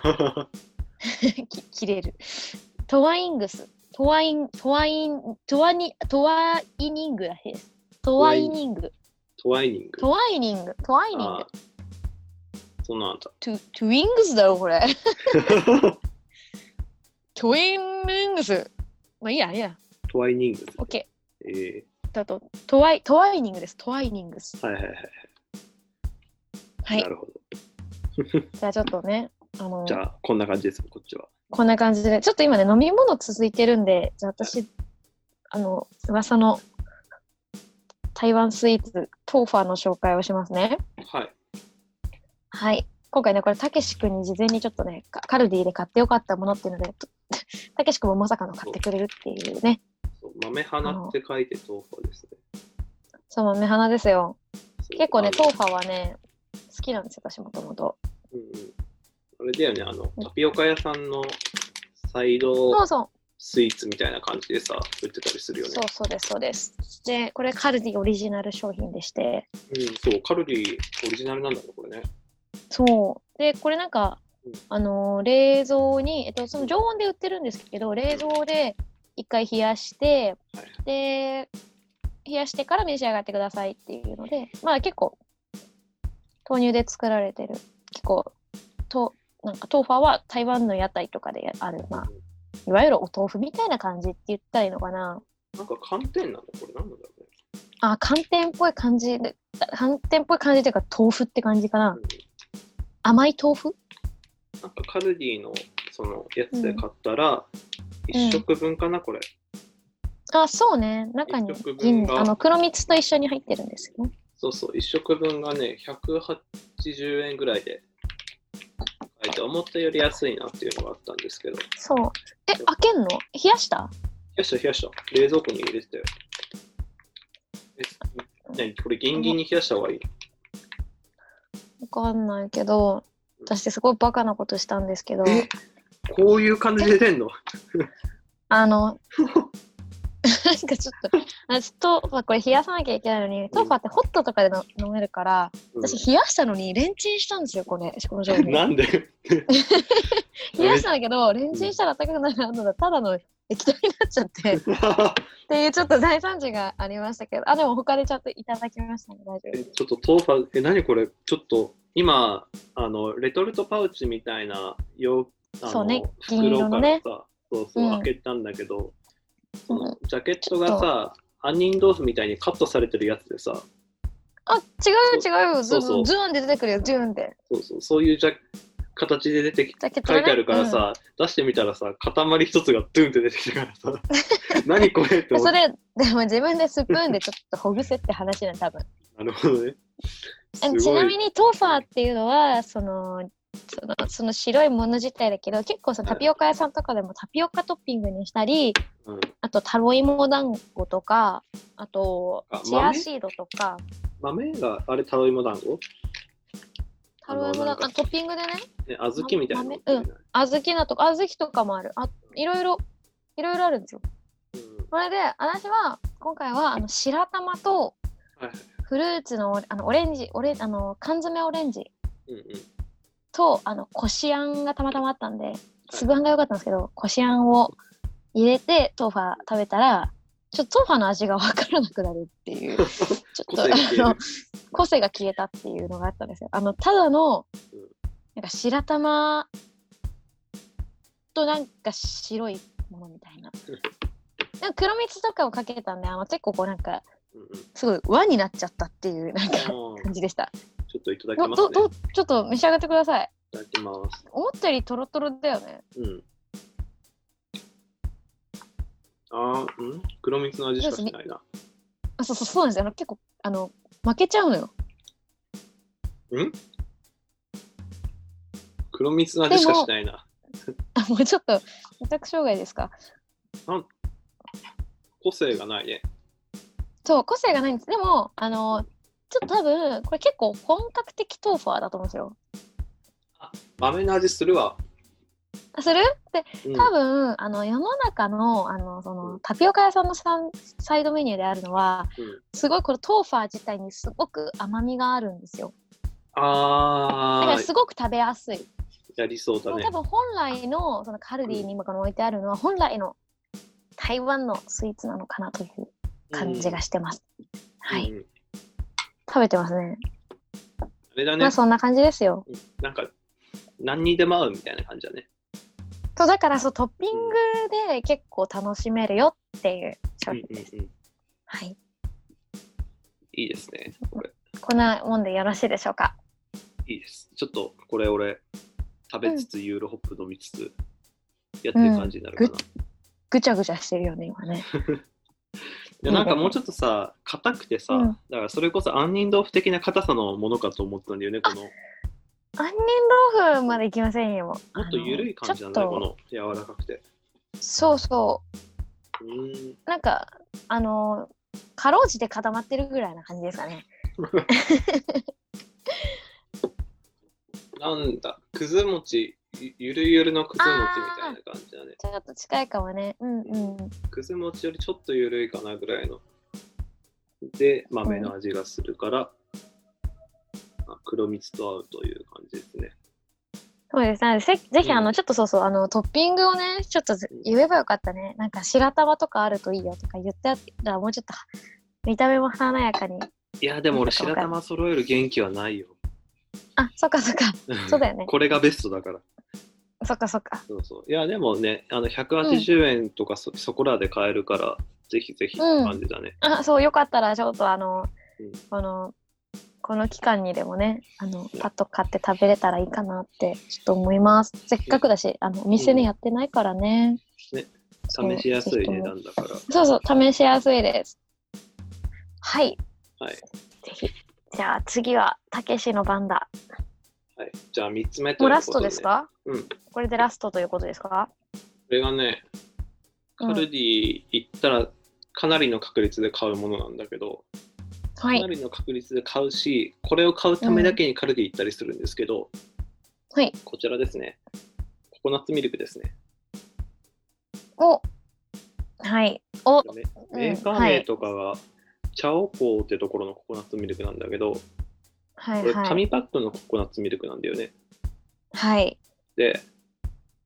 き切れる。トワイングス。トワイン、トワイン、トワニ、トワイニングだへ。トワイニング。 トワイニング。 トワイニング。トワイニング。 そうなんだ。 トゥ、トゥイングスだろ、これ。トゥイングス。まあいいや、いいや。 トワイニングス。 オッケー。えー、 だと、トワイ、トワイニングです。トワイニングス。 はいはいはい。 はい。 なるほど。 じゃあちょっとね、あのー、 じゃあこんな感じです、こっちは。 こんな感じで、ちょっと今ね、飲み物続いてるんで、じゃあ私、あの、噂の台湾スイーツ、トーファーの紹介をしますね。 はい。 はい。今回ね、これ、たけし君に事前にちょっとね、カルディで買ってよかったものっていうので、たけし君もまさかの買ってくれるっていうね。 そう豆花って書いてトーファーですね。 そう、豆花ですよ。結構ね、トーファーはね、好きなんですよ、私もともと。 うんうん。あれだよね、あの、タピオカ屋さんのサイドスイーツみたいな感じでさ、売ってたりするよね。 そうそうです、そうです。で、これカルディオリジナル商品でして。 うん、そう、カルディオリジナルなんだね、これね。 そう。で、これなんか、うん、あのー、冷蔵に、えっと、その常温で売ってるんですけど、冷蔵で一回冷やして、はい、で、冷やしてから召し上がってくださいっていうので、まあ結構、豆乳で作られてる、結構、と、なんかトーファーは台湾の屋台とかである、まあ、いわゆるお豆腐みたいな感じって言ったらいいのかな。 なんか寒天なんだ、これ何なんだろうね。 あ、寒天っぽい感じで、寒天っぽい感じというか豆腐って感じかな。うん、甘い豆腐？ なんかカルディのそのやつで買ったら、うん、いっ食分かな、これ。 あ、そうね。中に銀、あの黒蜜と一緒に入ってるんですよね。 そうそう、いっ食分がね、ひゃくはちじゅうえんぐらいで。思ったより安いなっていうのがあったんですけど。 そう。え、開けんの？冷やした？ 冷やした、冷やした。冷蔵庫に入れてたよ。え、ね、これギンギンに冷やした方がいい？ わかんないけど、私すごいバカなことしたんですけど。 え、こういう感じで出んの？ あの、なんかちょっと、私と、まあ、これ冷やさなきゃいけないのに、トーファーってホットとかでの飲めるから、うん、私冷やしたのにレンチンしたんですよ、これ、この商品。 なんで？ 冷やしたんだけど、レンチンしたら高くなるのだ、ただの液体になっちゃってっていうちょっと大惨事がありましたけど、あ、でも他でちゃんといただきましたね。大丈夫です。 えちょっとトーファ、え、何これちょっと、今、あの、レトルトパウチみたいなよあの、 そうね、銀色袋からのね。 さ、そうそう、 うん開けたんだけど、そうんのジャケットがさ、杏仁豆腐みたいにカットされてるやつでさ、 あ、違うそ違うよ。ズそうそうズーンって出てくるよ、ズーンって。 そうそう、そういうジャ形で出てきジャケットがね書いてあるからさ、出してみたらさ、塊一つがドゥンって出てきたからさ、何これって思って。 それ、でも自分でスプーンでちょっとほぐせって話ね、多分。 なるほどね。すごいちなみにトーファーっていうのは、その、そのその白いもの自体だけど、結構そのタピオカ屋さんとかでもタピオカトッピングにしたり、 うん、 あとタロイモ団子とか、あとあチアシードとか、 豆があれタロイモ団子タロイモ団子、 あのなんかあトッピングでね、 ね、小豆みたいなの豆うん小豆だとか、小豆とかもある。あ、いろいろ、いろいろあるんですよ。 うんそれで、私は、今回は、あの、白玉と、 はいはいフルーツの、あの、オレンジ、オレ、あの、缶詰オレンジうんうんと、あの、こしあんがたまたまあったんで、粒あんが良かったんですけど、こしあんを入れて、トーファー食べたら、ちょっとトーファーの味が分からなくなるっていう、ちょっと、あ個性が消えるの、個性が消えたっていうのがあったんですよ。あの、ただの、なんか白玉となんか白いものみたいな。なんか黒蜜とかをかけたんで、あの、結構こうなんか、 うんうんすごい輪になっちゃったっていうなんかうん感じでした。 ちょっといただきどますね。 どどちょっと召し上がってください。 いただきます。 思ったよりトロトロだよね。 うん。あー、うん黒蜜の味しかしないな。 あ、そうそうそうなんですよ。あの結構あの負けちゃうのよ。 ん黒蜜の味しかしないな。 あ、もうちょっと味覚障害ですか。 個性がないね。 そう個性がないんです。でもあのちょっと多分これ結構本格的トーファーだと思うんですよ。 豆の味するわ。 あするでうん多分あの世の中のあのそのタピオカ屋さんのサンサイドメニューであるのはうんすごいこのトーファー自体にすごく甘みがあるんですよ。だかあー、 らすごく食べやすい。 やりそうだね多。分本来のそのカルディに今から置いてあるのは本来の台湾のスイーツなのかなという感じがしてます。はい、 うん食べてますね。 あれだねまあ。そんな感じですよ。 なんか、何にでも合うみたいな感じだね。 そうだからそうトッピングで結構楽しめるよっていう商品です。 うんうんうんはい。 いいですね。これ。 こんなもんでよろしいでしょうか。 いいです。ちょっと、これ俺、食べつつ、ユーロホップ飲みつつ、やってる感じになるかな。 うんぐちゃぐちゃしてるよね今ね。 いやなんかもうちょっとさ、硬くてさ、 うんだからそれこそ杏仁豆腐的な硬さのものかと思ったんだよね、この。 杏仁豆腐までいきませんよ。 もっと緩い感じなんだよ、この柔らかくて。 そうそうーん。 う。なんかあのかろうじて固まってるぐらいな感じですかね。 なんだ、くず餅、ゆゆるゆるのくず餅みたいな感じだね。 ちょっと近いかもね。うんうん。 くず餅よりちょっとゆるいかなぐらいの。で、豆の味がするから、あ黒蜜と合うという感じですね。 そうですね。ぜぜひあの、 うんちょっとそうそうあのトッピングをねちょっとず言えばよかったね。なんか白玉とかあるといいよとか言ってあったらもうちょっと見た目も華やかに。 いや、でも俺、白玉揃える元気はないよ。 あ、そっかそっか。そうだよねこれがベストだから。 そっかそっか。 そうそう。いや、でもね、あのひゃくはちじゅうえんとかそ,、そこらで買えるから、ぜひぜひって感じだね。 あ、そうよかったらちょっとあの、 うんこのこの期間にでもねあのパッと買って食べれたらいいかなってちょっと思います。せっかくだしあのお店でやってないからね。 ね、 そう試しやすい値ぜひとも段だから。 そうそう試しやすいです。はい。 はい。 ぜひ。じゃあ次はたけしの番だ。 はい、じゃあみっつめということで、 もうラストですか？ うん。 これでラストということですか？ これがね、カルディ行ったらかなりの確率で買うものなんだけど、 はいかなりの確率で買うし、これを買うためだけにカルディ行ったりするんですけど、 はい。 こちらですね。ココナッツミルクですね。 おはい。おメメーカー名とかが、チャオコーってところのココナッツミルクなんだけど、これはいはい。 紙パックのココナッツミルクなんだよね。 はい。 で、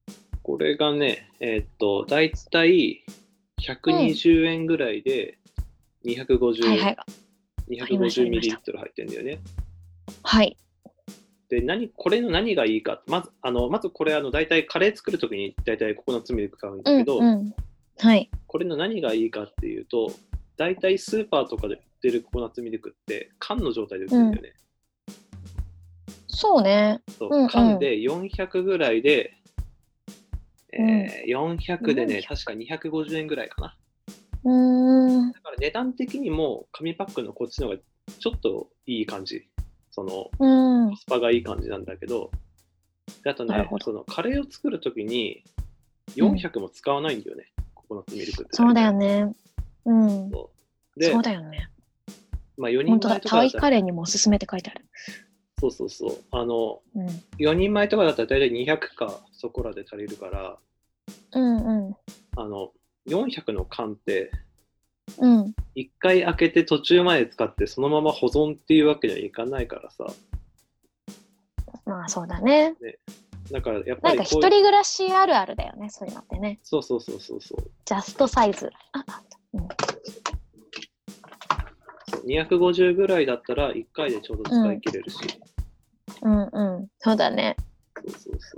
これがね、えーっと、だいたいひゃくにじゅうえんぐらいでにひゃくごじゅう、 はいはい。 にひゃくごじゅうミリリットル入ってるんだよね。 はい。 で、何、これの何がいいか、まず、あの、まずこれ、あの、大体カレー作るときに大体ココナッツミルク買うんだけど、 うんうん、はい。 これの何がいいかっていうと、大体スーパーとかで売ってるココナッツミルクって缶の状態で売ってるんだよね。 うん、そうね。 そう、 うんうん、 缶でよんひゃくぐらいで、えー、よんひゃくでね、確かにひゃくごじゅうえんぐらいかな。 うーん。 だから値段的にも紙パックのこっちの方がちょっといい感じ。その、 うん、 コスパがいい感じなんだけど、であとね、そのカレーを作るときによんひゃくも使わないんだよね、うん、ココナッツミルクって。 そうだよね。うん。 そうで、 そうだよね。 まあよにんまえとかだったら、 ハワイカレーにもおすすめって書いてある。 そうそうそう。あの、 うん、 よにんまえとかだったら大体にひゃくかそこらで足りるから、 うんうん。 あの、よんひゃくの缶って、 うん、 いっかい開けて途中まで使ってそのまま保存っていうわけにはいかないからさ。 まあそうだね。 ね、だからやっぱりなんか一人暮らしあるあるだよね、そういうのってね。 そうそうそうそうそう。 ジャストサイズ。あ、うん、 にひゃくごじゅうぐらいだったらいっかいでちょうど使い切れるし。 うん、うんうん、そうだね。 そうそうそう。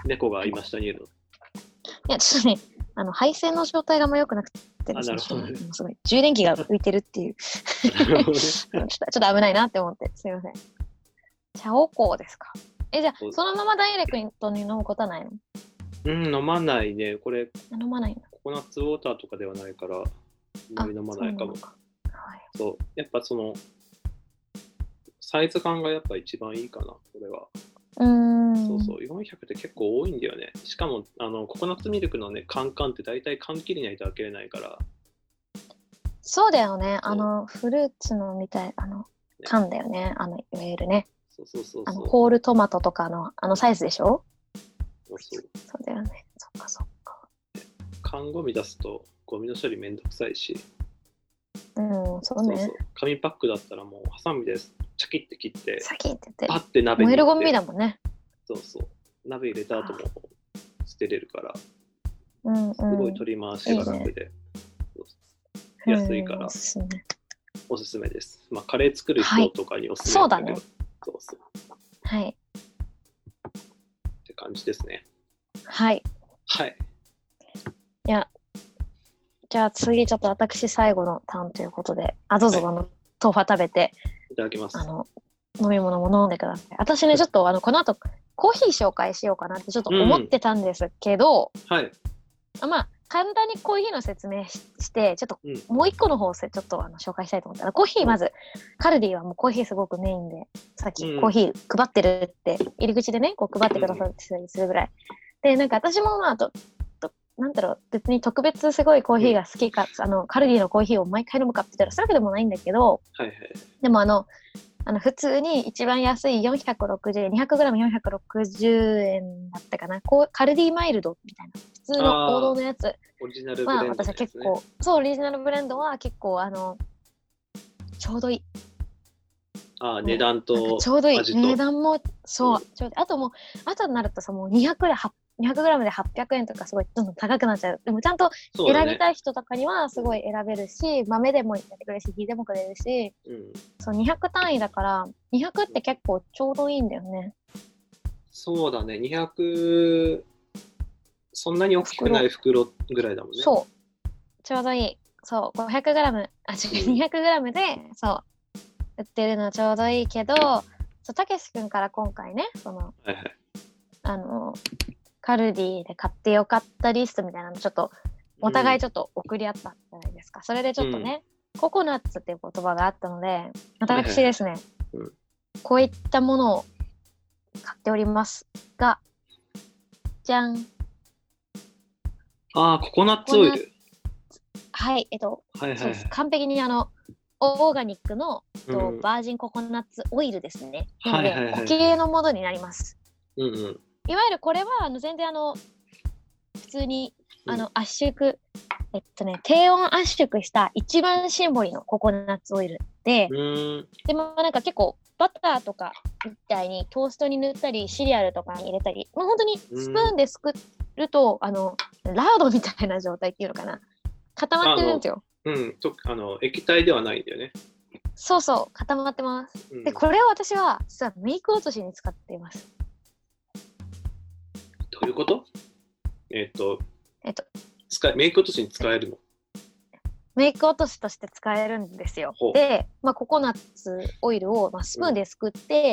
猫が今下にいるの。 いや、ちょっとね、あの配線の状態があんま良くなくてですね、 あ、なるほどね。 すごい充電器が浮いてるっていう。なるほどね、ちょっと、ちょっと危ないなって思って、すいません。茶おこですか。え、じゃあ、そのままダイレクトに飲むことはないの？ うん、飲まないね。これ、 飲まないんだ。 ココナッツウォーターとかではないから、あんまり飲まないかも。そうはい、そう。やっぱその、サイズ感がやっぱ一番いいかな、これは。 うーん。 そうそう、よんひゃくって結構多いんだよね。しかも、あの、ココナッツミルクのね、カンカンって大体缶切りないと開けれないから。 そうだよね。あの、フルーツのみたい、あの、缶だよね。あの、いわゆるね。 そうそうそうそう。 あの、ホールトマトとかの、あのサイズでしょ？ そうそう。 そうだよね。そっかそっか。 缶ゴミ出すと、ゴミの処理めんどくさいし。 うん、そうね。そうそう。 紙パックだったらもう、ハサミでチャキって切って、 チャキってってパッて鍋に燃えるゴミだもんね。 そうそう。鍋入れた後も捨てれるから、 うんうん、 すごい取り回しが楽で、いいね、安いから、おすすめ、おすすめです。まあ、カレー作る人とかにおすすめだけど、はい、そうだね。そうそう。 はい。 って感じですね。 はい。 はい。 いや、じゃあ次ちょっと私最後のターンということで、あ、どうぞ、はい、あの、豆腐食べて、 いただきます。 あの、飲み物も飲んでください。私ね、ちょっとあの、この後、コーヒー紹介しようかなってちょっと思ってたんですけど、 うん、はい。 まあ、簡単にコーヒーの説明 し, して、ちょっともう一個の方をちょっとあの紹介したいと思ったら、コーヒーまず、カルディはもうコーヒーすごくメインで、さっきコーヒー配ってるって、入り口でね、こう配ってくださったりするぐらい。で、なんか私もまあ、と、となんだろう、別に特別すごいコーヒーが好きか、あの、カルディのコーヒーを毎回飲むかって言ったら、そういうわけでもないんだけど、 はいはい、 でもあの、あの普通に一番安いよんひゃくろくじゅうえん、にひゃくグラムよんひゃくろくじゅうえんだったかな。こうカルディマイルドみたいな。普通の王道のやつ。 オリジナルブレンド、ね。 まあ私は結構、そう、オリジナルブレンドは結構、あの、ちょうどいい。 ああ、値段と。 ちょうどいい。値段も、そう、ちょうどいい。あともう、あとになるとさ、もうにひゃくでにひゃくグラムではっぴゃくえんとかすごいどんどん高くなっちゃう。でもちゃんと選びたい人とかにはすごい選べるし、ね、豆でもやってくれるし、火でもくれるし、うん、そうにひゃく単位だからにひゃくって結構ちょうどいいんだよね。 そうだね、にひゃくそんなに大きくない袋ぐらいだもんね。 そう、ちょうどいい。そう、ごひゃくグラム、あ、違う、にひゃくグラムで、そう、売ってるのちょうどいいけど、そう、たけし君から今回ね、その、 はいはい、 あの、カルディで買ってよかったリストみたいなのちょっとお互いちょっと送り合ったじゃないですか、うん、それでちょっとね、うん、ココナッツっていう言葉があったので私ですね、はいはいはい、こういったものを買っておりますが、じゃん、 あー、ココナッツオイル、 はいえっと、 はいはいはい、 そうです、完璧にあのオーガニックの、うん、バージンココナッツオイルですね。なので、はいはいはい、固形のものになります。 うんうん、 いわゆるこれはあの全然あの普通にあの圧縮、えっとね低温圧縮した一番シンボリのココナッツオイルで、 うんでもなんか結構バターとかみたいにトーストに塗ったりシリアルとかに入れたり、もう本当にスプーンですくっると、あの、ラードみたいな状態っていうのかな。固まってるんですよ。 うんとあの液体ではないんだよね。 そうそう、固まってます。 うん、 で、これを私は実はメイク落としに使っています。 どういうこと？えっ、ー、と、 えっと、 使メイク落としに使えるの？ メイク落としとして使えるんですよ。で、まあ、ココナッツオイルを、まあ、スプーンですくって、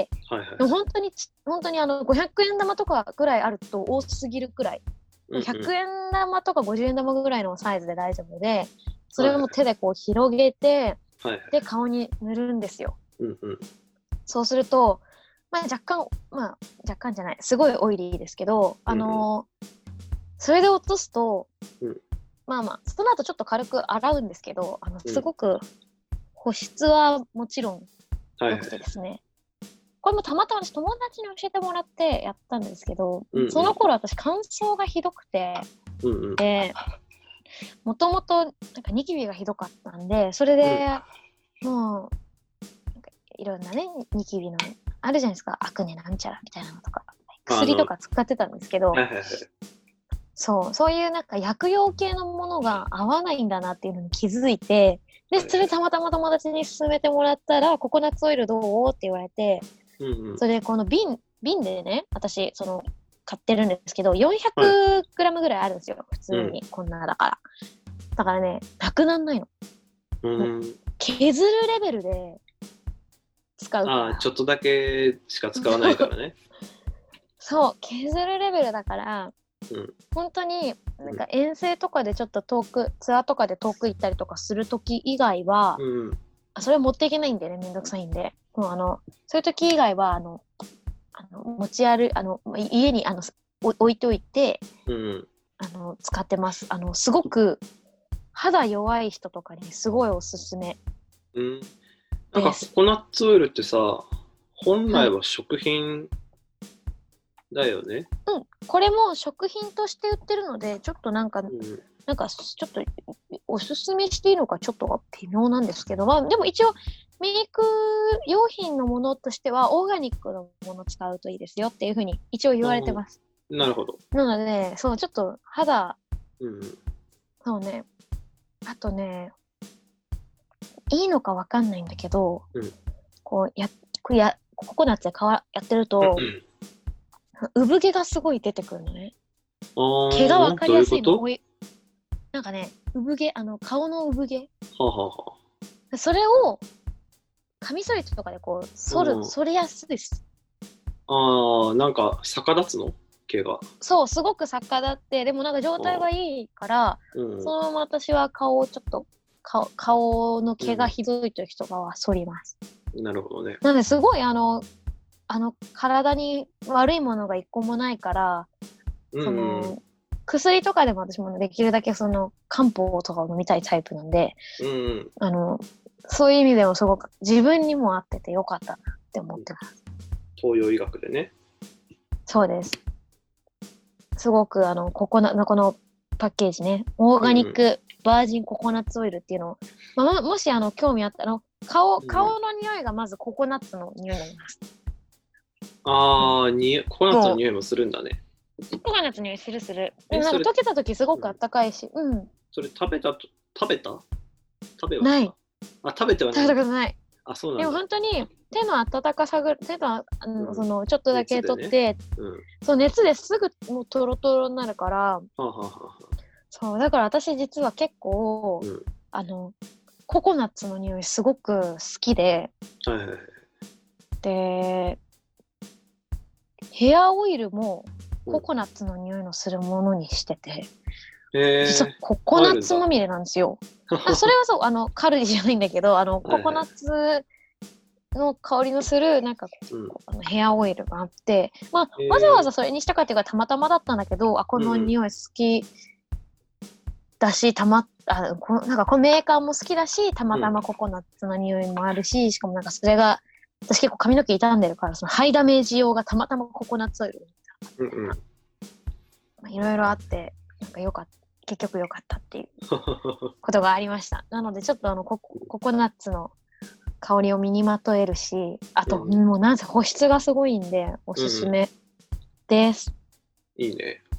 うん、はいはい、でも本当に本当にあのごひゃくえん玉とかぐらいあると多すぎるくらい、うんうん、ひゃくえん玉とかごじゅうえん玉ぐらいのサイズで大丈夫で、それをもう手でこう広げて、はいはい、で顔に塗るんですよ。うんうん、そうすると、まあ、若干まあ若干じゃないすごいオイリーですけど、あのーうんうん、それで落とすと、うん、まあまあその後ちょっと軽く洗うんですけど、あのすごく保湿はもちろん良くてですね、はいはい、これもたまたま私友達に教えてもらってやったんですけど、うんうん、その頃私乾燥がひどくて、うんうん、でもともとなんかニキビがひどかったんで、それで、うん、もうなんかいろんなねニキビのあるじゃないですか、アクネなんちゃらみたいなのとか薬とか使ってたんですけど、そうそういうなんか薬用系のものが合わないんだなっていうのに気づいて、でそれたまたま友達に勧めてもらったら、ココナッツオイルどうって言われて、うんうん、それでこの瓶瓶でね私その買ってるんですけど よんひゃくグラム ぐらいあるんですよ、はい、普通に、うん、こんなだからだからねなくなんないの、うん、削るレベルで使うから。 あちょっとだけしか使わないからねそう削るレベルだから、うん、本当になんか遠征とかでちょっと遠く、うん、ツアーとかで遠く行ったりとかする時以外は、うん、あそれ持っていけないんでね、めんどくさいんで、もうあのそういう時以外はあのあの持ち歩あの家にあの置いておいて、うん、あの使ってます。あのすごく肌弱い人とかにすごいおすすめ、 うん、なんかココナッツオイルってさ、本来は食品だよね、 はい、うん、これも食品として売ってるので、ちょっとなんか、うん、なんかちょっとおすすめしていいのかちょっと微妙なんですけど、まあ、でも一応メイク用品のものとしてはオーガニックのものを使うといいですよっていうふうに一応言われてます。 なるほど。 なのでそうちょっと肌、うん、そうね、あとねいいのかわかんないんだけど、うん、こうやこやココナッツでやってると、うん、産毛がすごい出てくるのね。毛がわかりやすいの。どういうこと？なんかね、産毛、あの顔の産毛、はあはあ、それをカミソリとかでこう剃る、剃りやすいです。 ああ、なんか逆立つの？毛が。 そう、すごく逆立って、でもなんか状態はいいから、うん、そのまま私は顔をちょっと顔、顔の毛がひどい時とかは剃ります。 うん、なるほどね。 なのですごいあのあの体に悪いものが一個もないから、うん、その薬とかでも私もできるだけその漢方とかを飲みたいタイプなんで、うん、あのそういう意味でもすごく自分にも合っててよかったなって思ってます。 東洋医学でね。 そうです。すごくあのココナこのパッケージね、オーガニックバージンココナッツオイルっていうのを、うんまあ、もしあの興味あったら顔、顔の匂いがまずココナッツの匂いになります。 ああ、うん、にココナッツの匂いもするんだね。 ココナッツの匂いするする。なんか溶けた時すごくあったかいし、うん。 それ食べたと食べた？食べはない。 あ、食べてはない。 食べたことない。 あ、そうなんだ。 でも本当に手の温かさぐ手の、あの、うん、そのちょっとだけ取って、ね、うん、そう熱ですぐもうトロトロになるから、はあはあはあ、そうだから私実は結構、うん、あのココナッツの匂いすごく好きで、はいはいはい、でヘアオイルもココナッツの匂いのするものにしてて、うん、実はココナッツまみれなんですよ。あそれはそうあのカルディじゃないんだけど、あのココナッツの香りのするなんか、うん、あのヘアオイルがあって、まあ、わざわざそれにしたかっていうかたまたまだったんだけど、あこの匂い好きだし、たまあこなんかこのメーカーも好きだし、たまたまココナッツの匂いもあるし、しかもなんかそれが私結構髪の毛傷んでるから、そのハイダメージ用がたまたまココナッツオイルみたいな、まあ、いろいろあってなんかよかった、結局良かったっていうことがありました。なのでちょっとあの コ, ココナッツの香りを身にまとえるし、あと、うん、もうなんせ保湿がすごいんでおすすめです。 うん、いいね。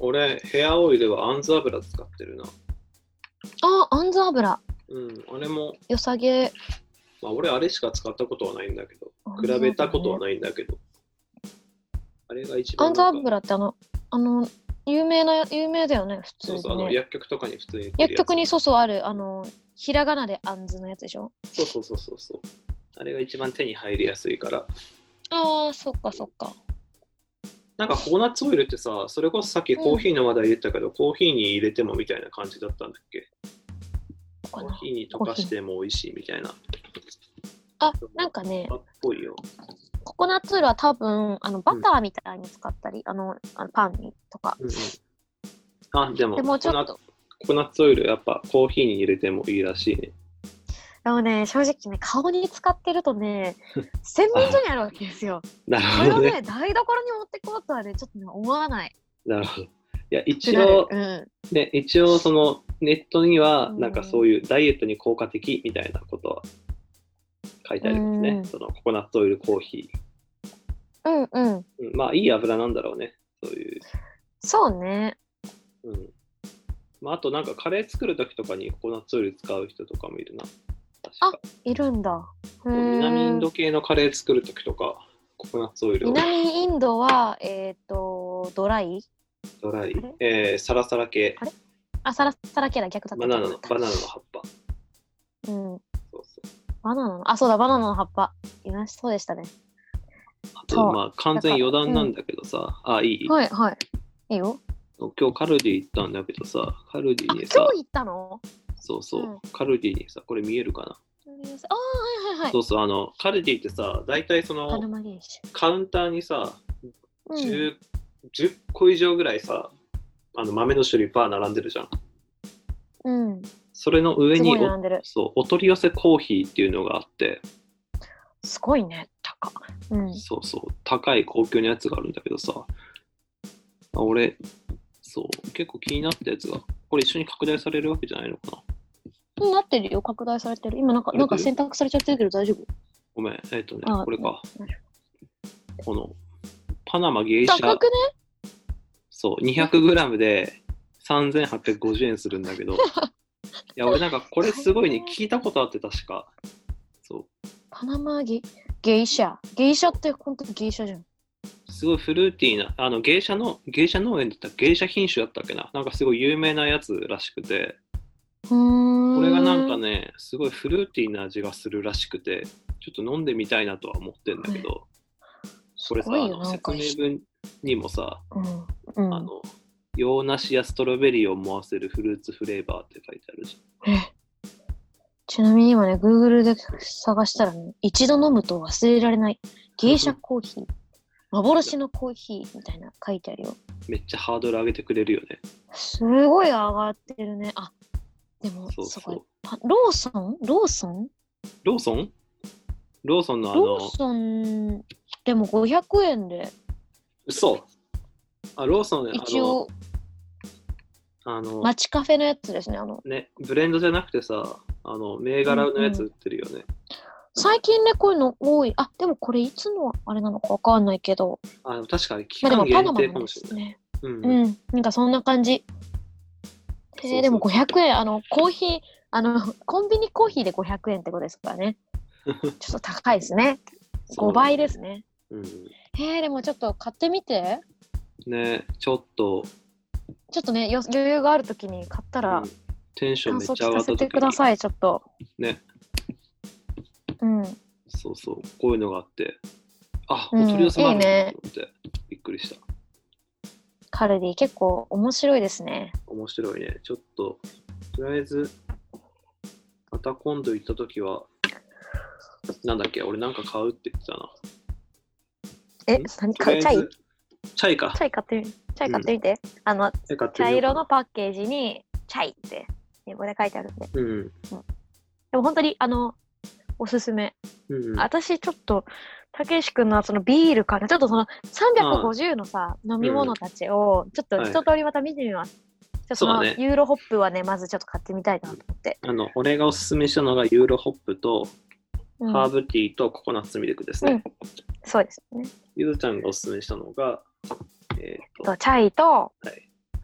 俺、ヘアオイルはアンズ油使ってるな。 あ、あんず油。 うん、あれも、 良さげ。 まあ、俺あれしか使ったことはないんだけど、比べたことはないんだけど、あれが一番あんず油ってあの、あの、有名な、有名だよね、普通に、ね。 そうそう、あの薬局とかに普通に売ってるやつ。 薬局にそうそうある、あの、ひらがなであんずのやつでしょ。 そうそうそうそうそう。あれが一番手に入りやすいから。 ああ、そっかそっか。 なんかココナッツオイルってさ、それこそさっきコーヒーの話題言ったけど、うん、コーヒーに入れてもみたいな感じだったんだっけ？コーヒーに溶かしても美味しいみたいな。 あ、なんかね、 かっこいいよ。 ココナッツオイルは多分あのバターみたいに使ったり、うん、あのあのパンにとか。 うんうん、あ、でもでもちょっとココナッツオイルやっぱコーヒーに入れてもいいらしいね。 でもね、正直ね、顔に使ってるとね、洗面所にあるわけですよ。 なるほどね。 これをね、台所に持ってこうとはね、ちょっとね、思わない。 なるほど。いや、一応、うん、ね、一応そのネットには、なんかそういうダイエットに効果的みたいなことは書いてありますね。うん、そのココナッツオイルコーヒー。うんうん。 うん、まあ、いい油なんだろうね。そういう。 そうね。 うん。まあ、あとなんかカレー作るときとかにココナッツオイル使う人とかもいるな。 あ、いるんだ。 南インド系のカレー作るときとか、ココナッツオイルを。 南インドは、えっ、ー、と、ドライドライ、えー、サラサラ系。 あれあ、サラサラ系だ、逆だった。 バナナの、バナナの葉っぱ。 うん。 そうそう。 バナナの、あ、そうだ、バナナの葉っぱ。いましそうでしたね。 あと、まあ、完全余談なんだけどさ、うん、あ、いいはいはい。いいよ。 今日カルディ行ったんだけどさ、カルディにさ、 今日行ったの？ そうそう、うん、カルディにさ、これ見えるかな？ ああ、はいはいはい。 そうそう、あの、カルディってさ、大体その、カウンターにさ、うん、じゅう, じゅっこ以上ぐらいさ、あの豆の種類バー並んでるじゃん。 うん。 それの上に並んでる。 そう、お取り寄せコーヒーっていうのがあって、 すごいね、高、うん。 そうそう、高い高級なやつがあるんだけどさ、俺、そう、結構気になったやつが、これ一緒に拡大されるわけじゃないのかな？ なってるよ、拡大されてる。今なんか、なんか選択されちゃってるけど大丈夫？ ごめん、えっとね、これか。この、パナマ芸者。 高くね？ そう、にひゃくグラム でさんぜんはっぴゃくごじゅうえんするんだけど、いや、俺なんかこれすごいね、聞いたことあって確か。そう。 パナマゲ芸者。芸者って本当に芸者じゃん。 すごいフルーティーな、あの芸者の、芸者農園だったら芸者品種だったっけな。なんかすごい有名なやつらしくて、 うーん、 これがなんかね、すごいフルーティーな味がするらしくて、ちょっと飲んでみたいなとは思ってんだけど、これさ、あの説明文にもさ、 うんうん、 あの、洋梨やストロベリーを思わせるフルーツフレーバーって書いてあるじゃん。 えちなみに今ね、Google で探したらね、一度飲むと忘れられない芸者コーヒー、幻のコーヒーみたいな書いてあるよ。 めっちゃハードル上げてくれるよね。 すごい上がってるね。あ、でも、 そうそうすごい。ローソンローソンローソンローソンのあの。 ローソン、でもごひゃくえんで。 嘘。あ、ローソンで一応、 あの、 街カフェのやつですね。あのね、ブレンドじゃなくてさ、あの、銘柄のやつ売ってるよね。うんうん、 最近ね、こういうの多い。あ、でもこれいつのあれなのかわかんないけど。 あ、確かに期間限定かもしれない。 ね、うん、うん。なんかそんな感じ。えー、そうそうでもごひゃくえん、あの、コーヒー、あの、コンビニコーヒーでごひゃくえんってことですからね。ちょっと高いですね。ごばいですね。 うん、 へえ、でもちょっと買ってみて。 ね、ちょっと。 ちょっとね、余裕があるときに買ったら、うん、 テンションめっちゃ上がった時に。 感想聞かせてください、ちょっと。 ね。 うん。 そうそう、こういうのがあって、あ、お取り寄せもあるんだと思って、うん、いいね、びっくりした。 カルディ結構面白いですね。 面白いね。ちょっと、とりあえず、また今度行ったときは、なんだっけ、俺なんか買うって言ってたな。 え、何買う？チャイ？ チャイか。 チャイ買ってみ、チャイ買ってみて。うん、あの、茶色のパッケージに、チャイって、英語で書いてあるんで。 うん。うん、 でも本当に、あの、おすすめ。 うんうん、 私ちょっと、たけし君のそのビールから、ちょっとそのさんびゃくごじゅうのさ、飲み物たちを、ちょっと一通りまた見てみます。はい、そのユーロホップはね、まずちょっと買ってみたいなと思って。 あの、俺がおすすめしたのがユーロホップと、うん、ハーブティーとココナッツミルクですね。うん、 そうですね。 ゆずちゃんがおすすめしたのが、 えー、とチャイと、 はい、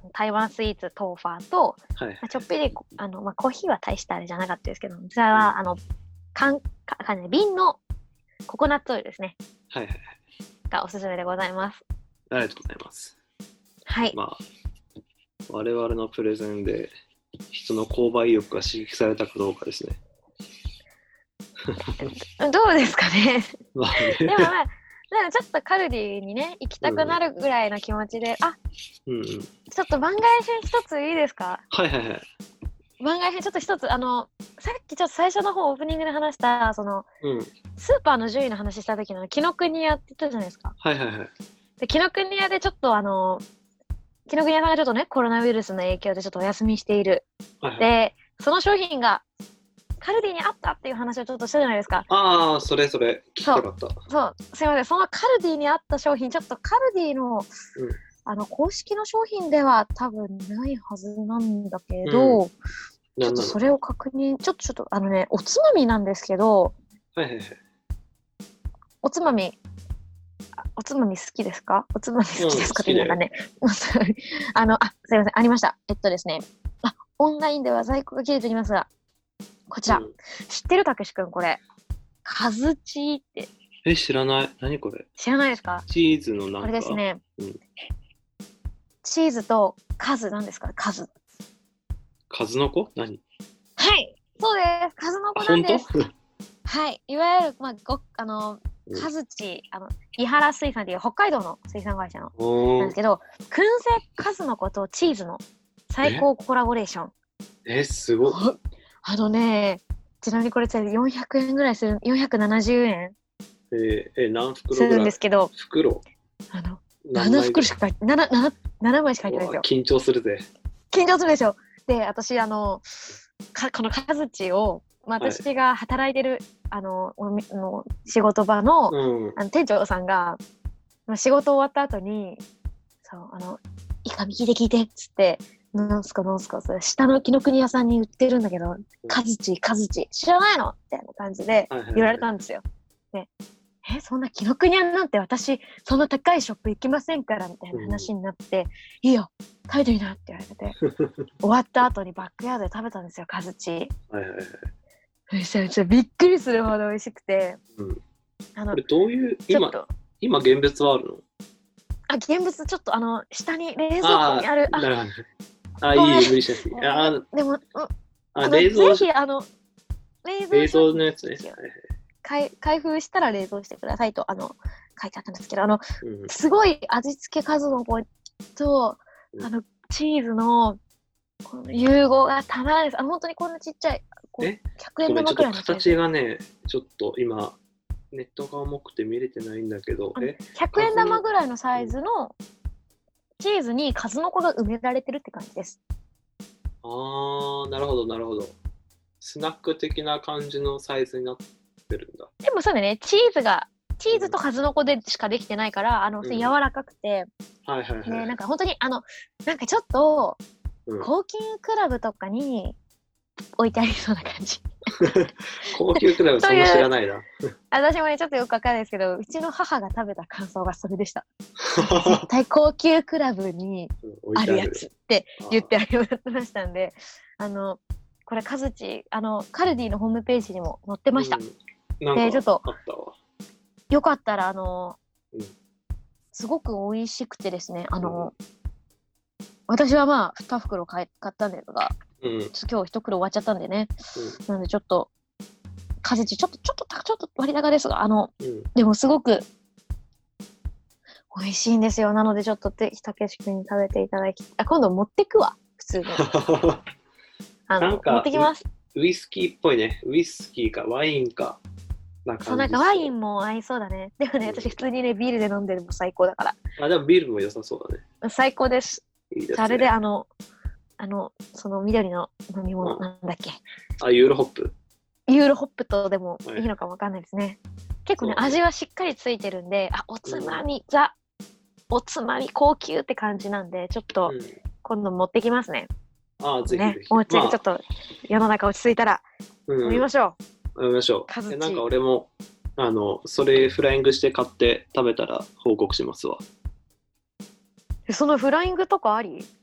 台湾スイーツトーファーと、 はいはい、 まあ、ちょっぴりあの、まあ、コーヒーは大したあれじゃなかったですけど、それは、うん、あの缶かか、ね、瓶のココナッツオイルですね。 はいはいはい。 がおすすめでございます。 ありがとうございます。 はい。 まあ、我々のプレゼンで人の購買意欲が刺激されたかどうかですね。 どうですかね。 まあね、 でもまあ、ちょっとカルディにね、行きたくなるぐらいの気持ちで、うん、あ、うんうん、ちょっと番外編一ついいですか？ はいはいはい。 番外編ちょっと一つ、あの、さっきちょっと最初の方オープニングで話した、その、うん、スーパーの順位の話した時の紀ノ国屋って言ったじゃないですか。 はいはいはい。 で、紀ノ国屋でちょっとあの、紀ノ国屋さんがちょっとね、コロナウイルスの影響でちょっとお休みしている。はいはい、で、その商品が、カルディにあったっていう話をちょっとしたじゃないですか。 ああ、それそれ聞きたかった。 そう、そうすいません。そのカルディにあった商品、ちょっとカルディの、うん、あの公式の商品では多分ないはずなんだけど、うん、ちょっとそれを確認、ちょっとちょっとあのね、おつまみなんですけど、 はいはいはい。 おつまみ、おつまみ好きですか？おつまみ好きですかって言うのがね、あの、あ、すいません、ありました。えっとですね、あ、オンラインでは在庫が切れておりますが、こちら、うん、知ってるたけしくんこれ、カズチーって。 え、知らない。何これ？ 知らないですか？ チーズのなんか。 これですね。 うん、 チーズと数なんですか？数。 数の子？何？ はい、そうです。数の子なんです。はい、いわゆるまあごあのカズチあの伊原水産っていう北海道の水産会社のなんですけど、燻製数の子とチーズの最高コラボレーション。 え、えすごい。 あのね、ちなみにこれよんひゃくえんぐらいする、よんひゃくななじゅうえんえー、え何袋ぐらいするんですけど、 袋あのなな袋しか書いて、なな、なな、ななまいしか書いてないですよ。 緊張するぜ。 緊張するでしょ。で、私、あの、かこのカズチを、まあ、私が働いてる、はい、あのの仕事場の、うん、あの店長さんが、まあ、仕事終わった後に、そう、あの、いいか右で聞いてっつって、なんすかなんすかそれ下の紀ノ国屋さんに売ってるんだけど、カズチカズチ知らないのみたいな感じで言われたんですよ。で、えそんな紀ノ国屋なんて私そんな高いショップ行きませんからみたいな話になって、うん、いいよ食べてみなって言われて終わった後にバックヤードで食べたんですよ、カズチ。はいはいはい。めちゃめちゃびっくりするほど美味しくて、 うん、あのこれどういう今今現物はあるの？ あ、現物ちょっとあの下に冷蔵庫にある。 あ、なるほど。あ、いいよ、無理しなくていい。あ、 でも、うん、 あ冷蔵ぜひあの冷蔵冷蔵のやつね。 開開封したら冷蔵してくださいとあの書いてあったんですけど、あの、うん、すごい味付け数の子と、うん、あのチーズのこの融合がたまらないです。あの本当にこんなちっちゃいこうひゃくえん玉くらいのサイズ。 形がね、ちょっと今ネットが重くて見れてないんだけど、えひゃくえん玉ぐらいのサイズのチーズに数の子が埋められてるって感じです。 あー、なるほどなるほど。スナック的な感じのサイズになってるんだ。 でもそうだね、チーズがチーズと数の子でしかできてないから、あの、うん、柔らかくて、 はいはいはい、 ね、なんか本当にあのなんかちょっと、うん、高級クラブとかに置いてありそうな感じ。 高級クラブそんな知らないな。 私もねちょっとよくわかんないですけど、うちの母が食べた感想がそれでした。絶対高級クラブにあるやつって言ってあげましたんで、あのこれカズチあのカルディのホームページにも載ってました。 うん、でちょっとよかったらあの、うん、すごく美味しくてですね、あの、うん、私はまあに袋買ったんですが。うん、今日一袋終わっちゃったんでね、うん、なのでちょっとカズチちょっとちょっとちょっと割高ですが、あの、うん、でもすごく美味しいんですよ。なのでちょっとぜひたけし君に食べていただき、あ、今度持ってくわ普通にあのなんか持ってきます。 ウイスキーっぽいね。ウイスキーかワインかなんかそうなんかワインも合いそうだね。でもね、うん、私普通にねビールで飲んでるのも最高だから。 あ、でもビールも良さそうだね。 最高です。 いいですね。 あれであのあのその緑の飲み物なんだっけ、 うん、あ、ユーロホップユーロホップとでもいいのかもわかんないですね、はい、結構ね味はしっかりついてるんで、あ、おつまみ、うん、ザおつまみ高級って感じなんで、ちょっと今度持ってきますね、 うん、あ、ぜひぜひ、 ね、お家でちょっと世の中落ち着いたら飲みましょう、うん、飲みましょう。なんか俺もあのそれフライングして買って食べたら報告しますわ。 そのフライングとかあり？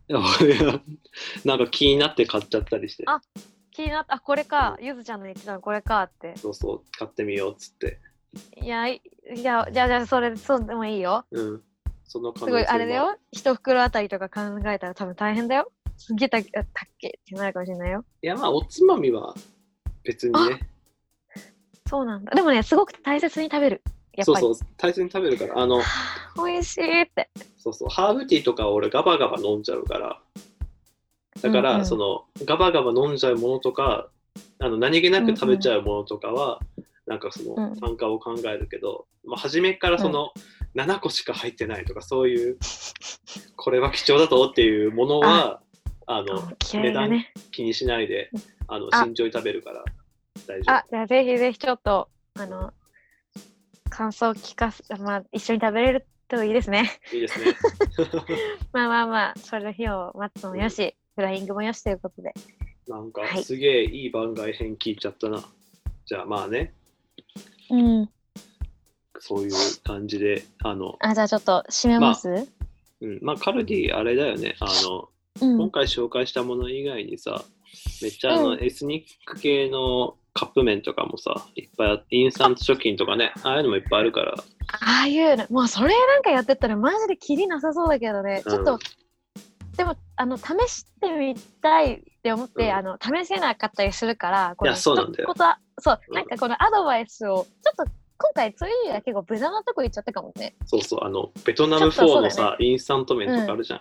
いやなんか気になって買っちゃったりして。 あ、気になった。あ、これか。ゆずちゃんの言ってたのこれかって。 そうそう、買ってみようっつって。 いや、いや、じゃあ、じゃあ、それ、そうでもいいよ。 うん。その可能性すごい、あれだよ。一袋あたりとか考えたら多分大変だよ。すげえたっけってなるかもしれないよ。 いや、まあ、おつまみは別にね。 そうなんだ。でもね、すごく大切に食べる。やっぱり。 そうそう、大切に食べるから、あの、 美味しいって。 そうそう、ハーブティーとか俺ガバガバ飲んじゃうから、だから、うんうん、その、ガバガバ飲んじゃうものとか、あの何気なく食べちゃうものとかは、うんうん、なんかその単価を考えるけど、うん、まあ、初めからその、うん、ななこしか入ってないとか、そういう、これは貴重だぞっていうものは、あの、ね、値段気にしないで、あの慎重に食べるから大丈夫。 あ、じゃあぜひぜひちょっと、あの、感想を聞かす、まあ、一緒に食べれるといいですね。 いいですね。 まあまあまあ、それの日を待つのもよし、うん、フライングもよしということで。 なんか、すげえいい番外編聞いちゃったな。はい、じゃあまあね。 うん。 そういう感じで、あの、 あ、じゃあちょっと締めます、まあ、 うん、まあカルディあれだよね。あの、うん、今回紹介したもの以外にさ、めっちゃあの、うん、エスニック系のカップ麺とかもさ、いっぱいあって、インスタント食品とかね、ああいうのもいっぱいあるから。 ああいうの、もうそれなんかやってったらマジでキリなさそうだけどね、うん、ちょっと、でも、あの、試してみたいって思って、うん、あの、試せなかったりするから、 いや、そうなんだよ。 そう、うん、なんかこのアドバイスを、ちょっと、今回そういう意味では結構無駄なとこ言っちゃったかもね。 そうそう、あの、ベトナムフォーのさ、ね、インスタント麺とかあるじゃん。うん、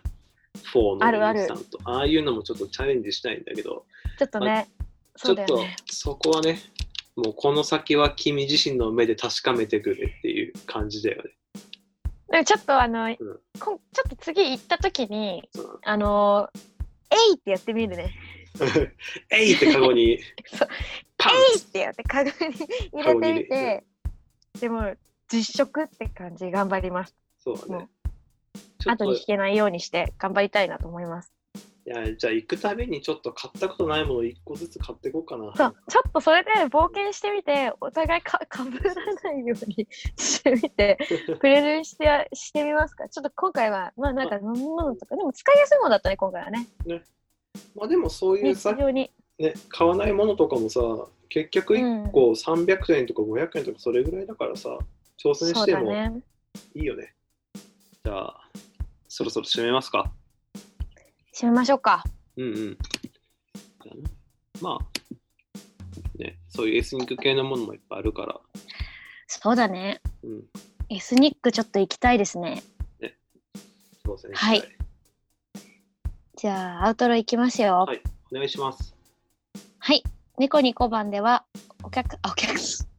フォーのインスタント。あるある。ああいうのもちょっとチャレンジしたいんだけど、 ちょっとね、 まあ、そうだよね。ちょっと、そこはね、もうこの先は君自身の目で確かめてくれっていう感じだよね。 でちょっとあの、うん、こちょっと次行った時に、うん、あのえいってやってみるね。 えいってカゴにそうパンえいってやってカゴに入れてみて、でも実食って感じ頑張ります。 そうだね。 後に引けないようにして頑張りたいなと思います。 いや、じゃあ行くたびにちょっと買ったことないものいっこずつ買っていこうかな。 そう、ちょっとそれで冒険してみて、お互いかかぶらないようにしてみて、プレゼンしてしてみますか。ちょっと今回は、まあなんか飲み物とか、でも使いやすいものだったね、今回はね。 ね。まあでもそういうさ、ね、買わないものとかもさ、結局いっこさんびゃくえんとかごひゃくえんとかそれぐらいだからさ、挑戦してもいいよね。じゃあ、そろそろ締めますか。 締めましょうか。 うんうん。まあ、ね、そういうエスニック系のものもいっぱいあるから。 そうだね。 うん、 エスニックちょっと行きたいですね。 ね。そうですね。 はい。じゃあ、アウトロ行きますよ。 はい。お願いします。 はい。猫に小判では、お客、あ、お客、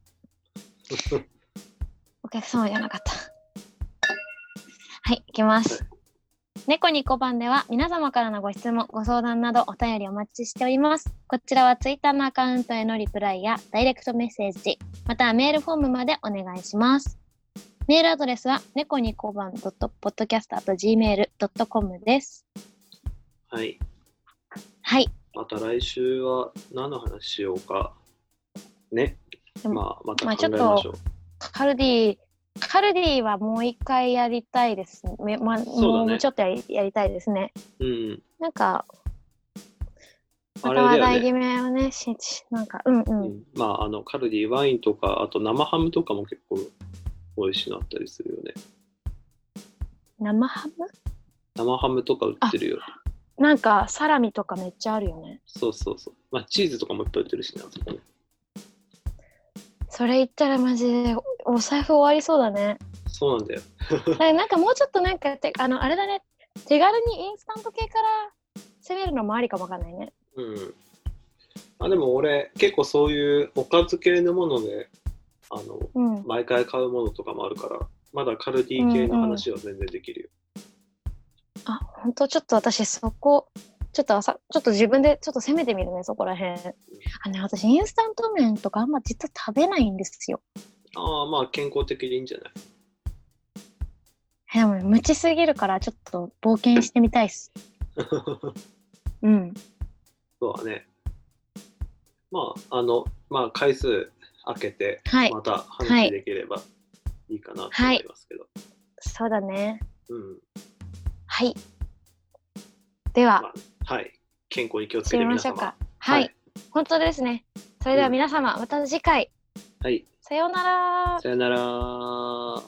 お客様じゃなかった。はい、行きます。はい、猫に小判では皆様からのご質問、ご相談などお便りお待ちしております。こちらはツイッターのアカウントへのリプライやダイレクトメッセージ、またはメールフォームまでお願いします。メールアドレスは猫に小判 ポッドキャスト アット ジーメール ドット コム です。 はい。 はい。 また来週は何の話しようか。ね。まあ、また考えましょう。まあ、ちょっとカルディカルディはもう一回やりたいですね。まあ、ね、もうちょっとやり、やりたいですね。 うん。 なんか、また話題決めをね、し、なんか、うんうん。うん、 まあ、あの、カルディ、ワインとか、あと生ハムとかも結構美味しくなったりするよね。 生ハム？ 生ハムとか売ってるよ。 なんか、サラミとかめっちゃあるよね。 そうそうそう。まあ、チーズとかもいっぱい売ってるしね、あそこね。 それ言ったらマジでお財布終わりそうだね。 そうなんだよ。 だからなんかもうちょっとなんかてあのあれだね、手軽にインスタント系から攻めるのもありかもわかんないね。 うん。あでも俺結構そういうおかず系のものであの、うん、毎回買うものとかもあるからまだカルディ系の話は全然できるよ。 うんうん、あ本当ちょっと私そこちょっと朝ちょっと自分でちょっと攻めてみるねそこらへん。あね私インスタント麺とかあんま実は食べないんですよ。 ああまあ健康的でいいんじゃない。 でも無知すぎるからちょっと冒険してみたいっす。うん。 そうだね。まああのまあ回数空けてまた話できればいいかなと思いますけど。 はいはい、そうだね。 うん。 はい。 では、 まあ、はい。健康に気をつけて皆様。 はい、はい。本当ですね。それでは皆様、うん、また次回。 はい。 さようなら。 さようなら。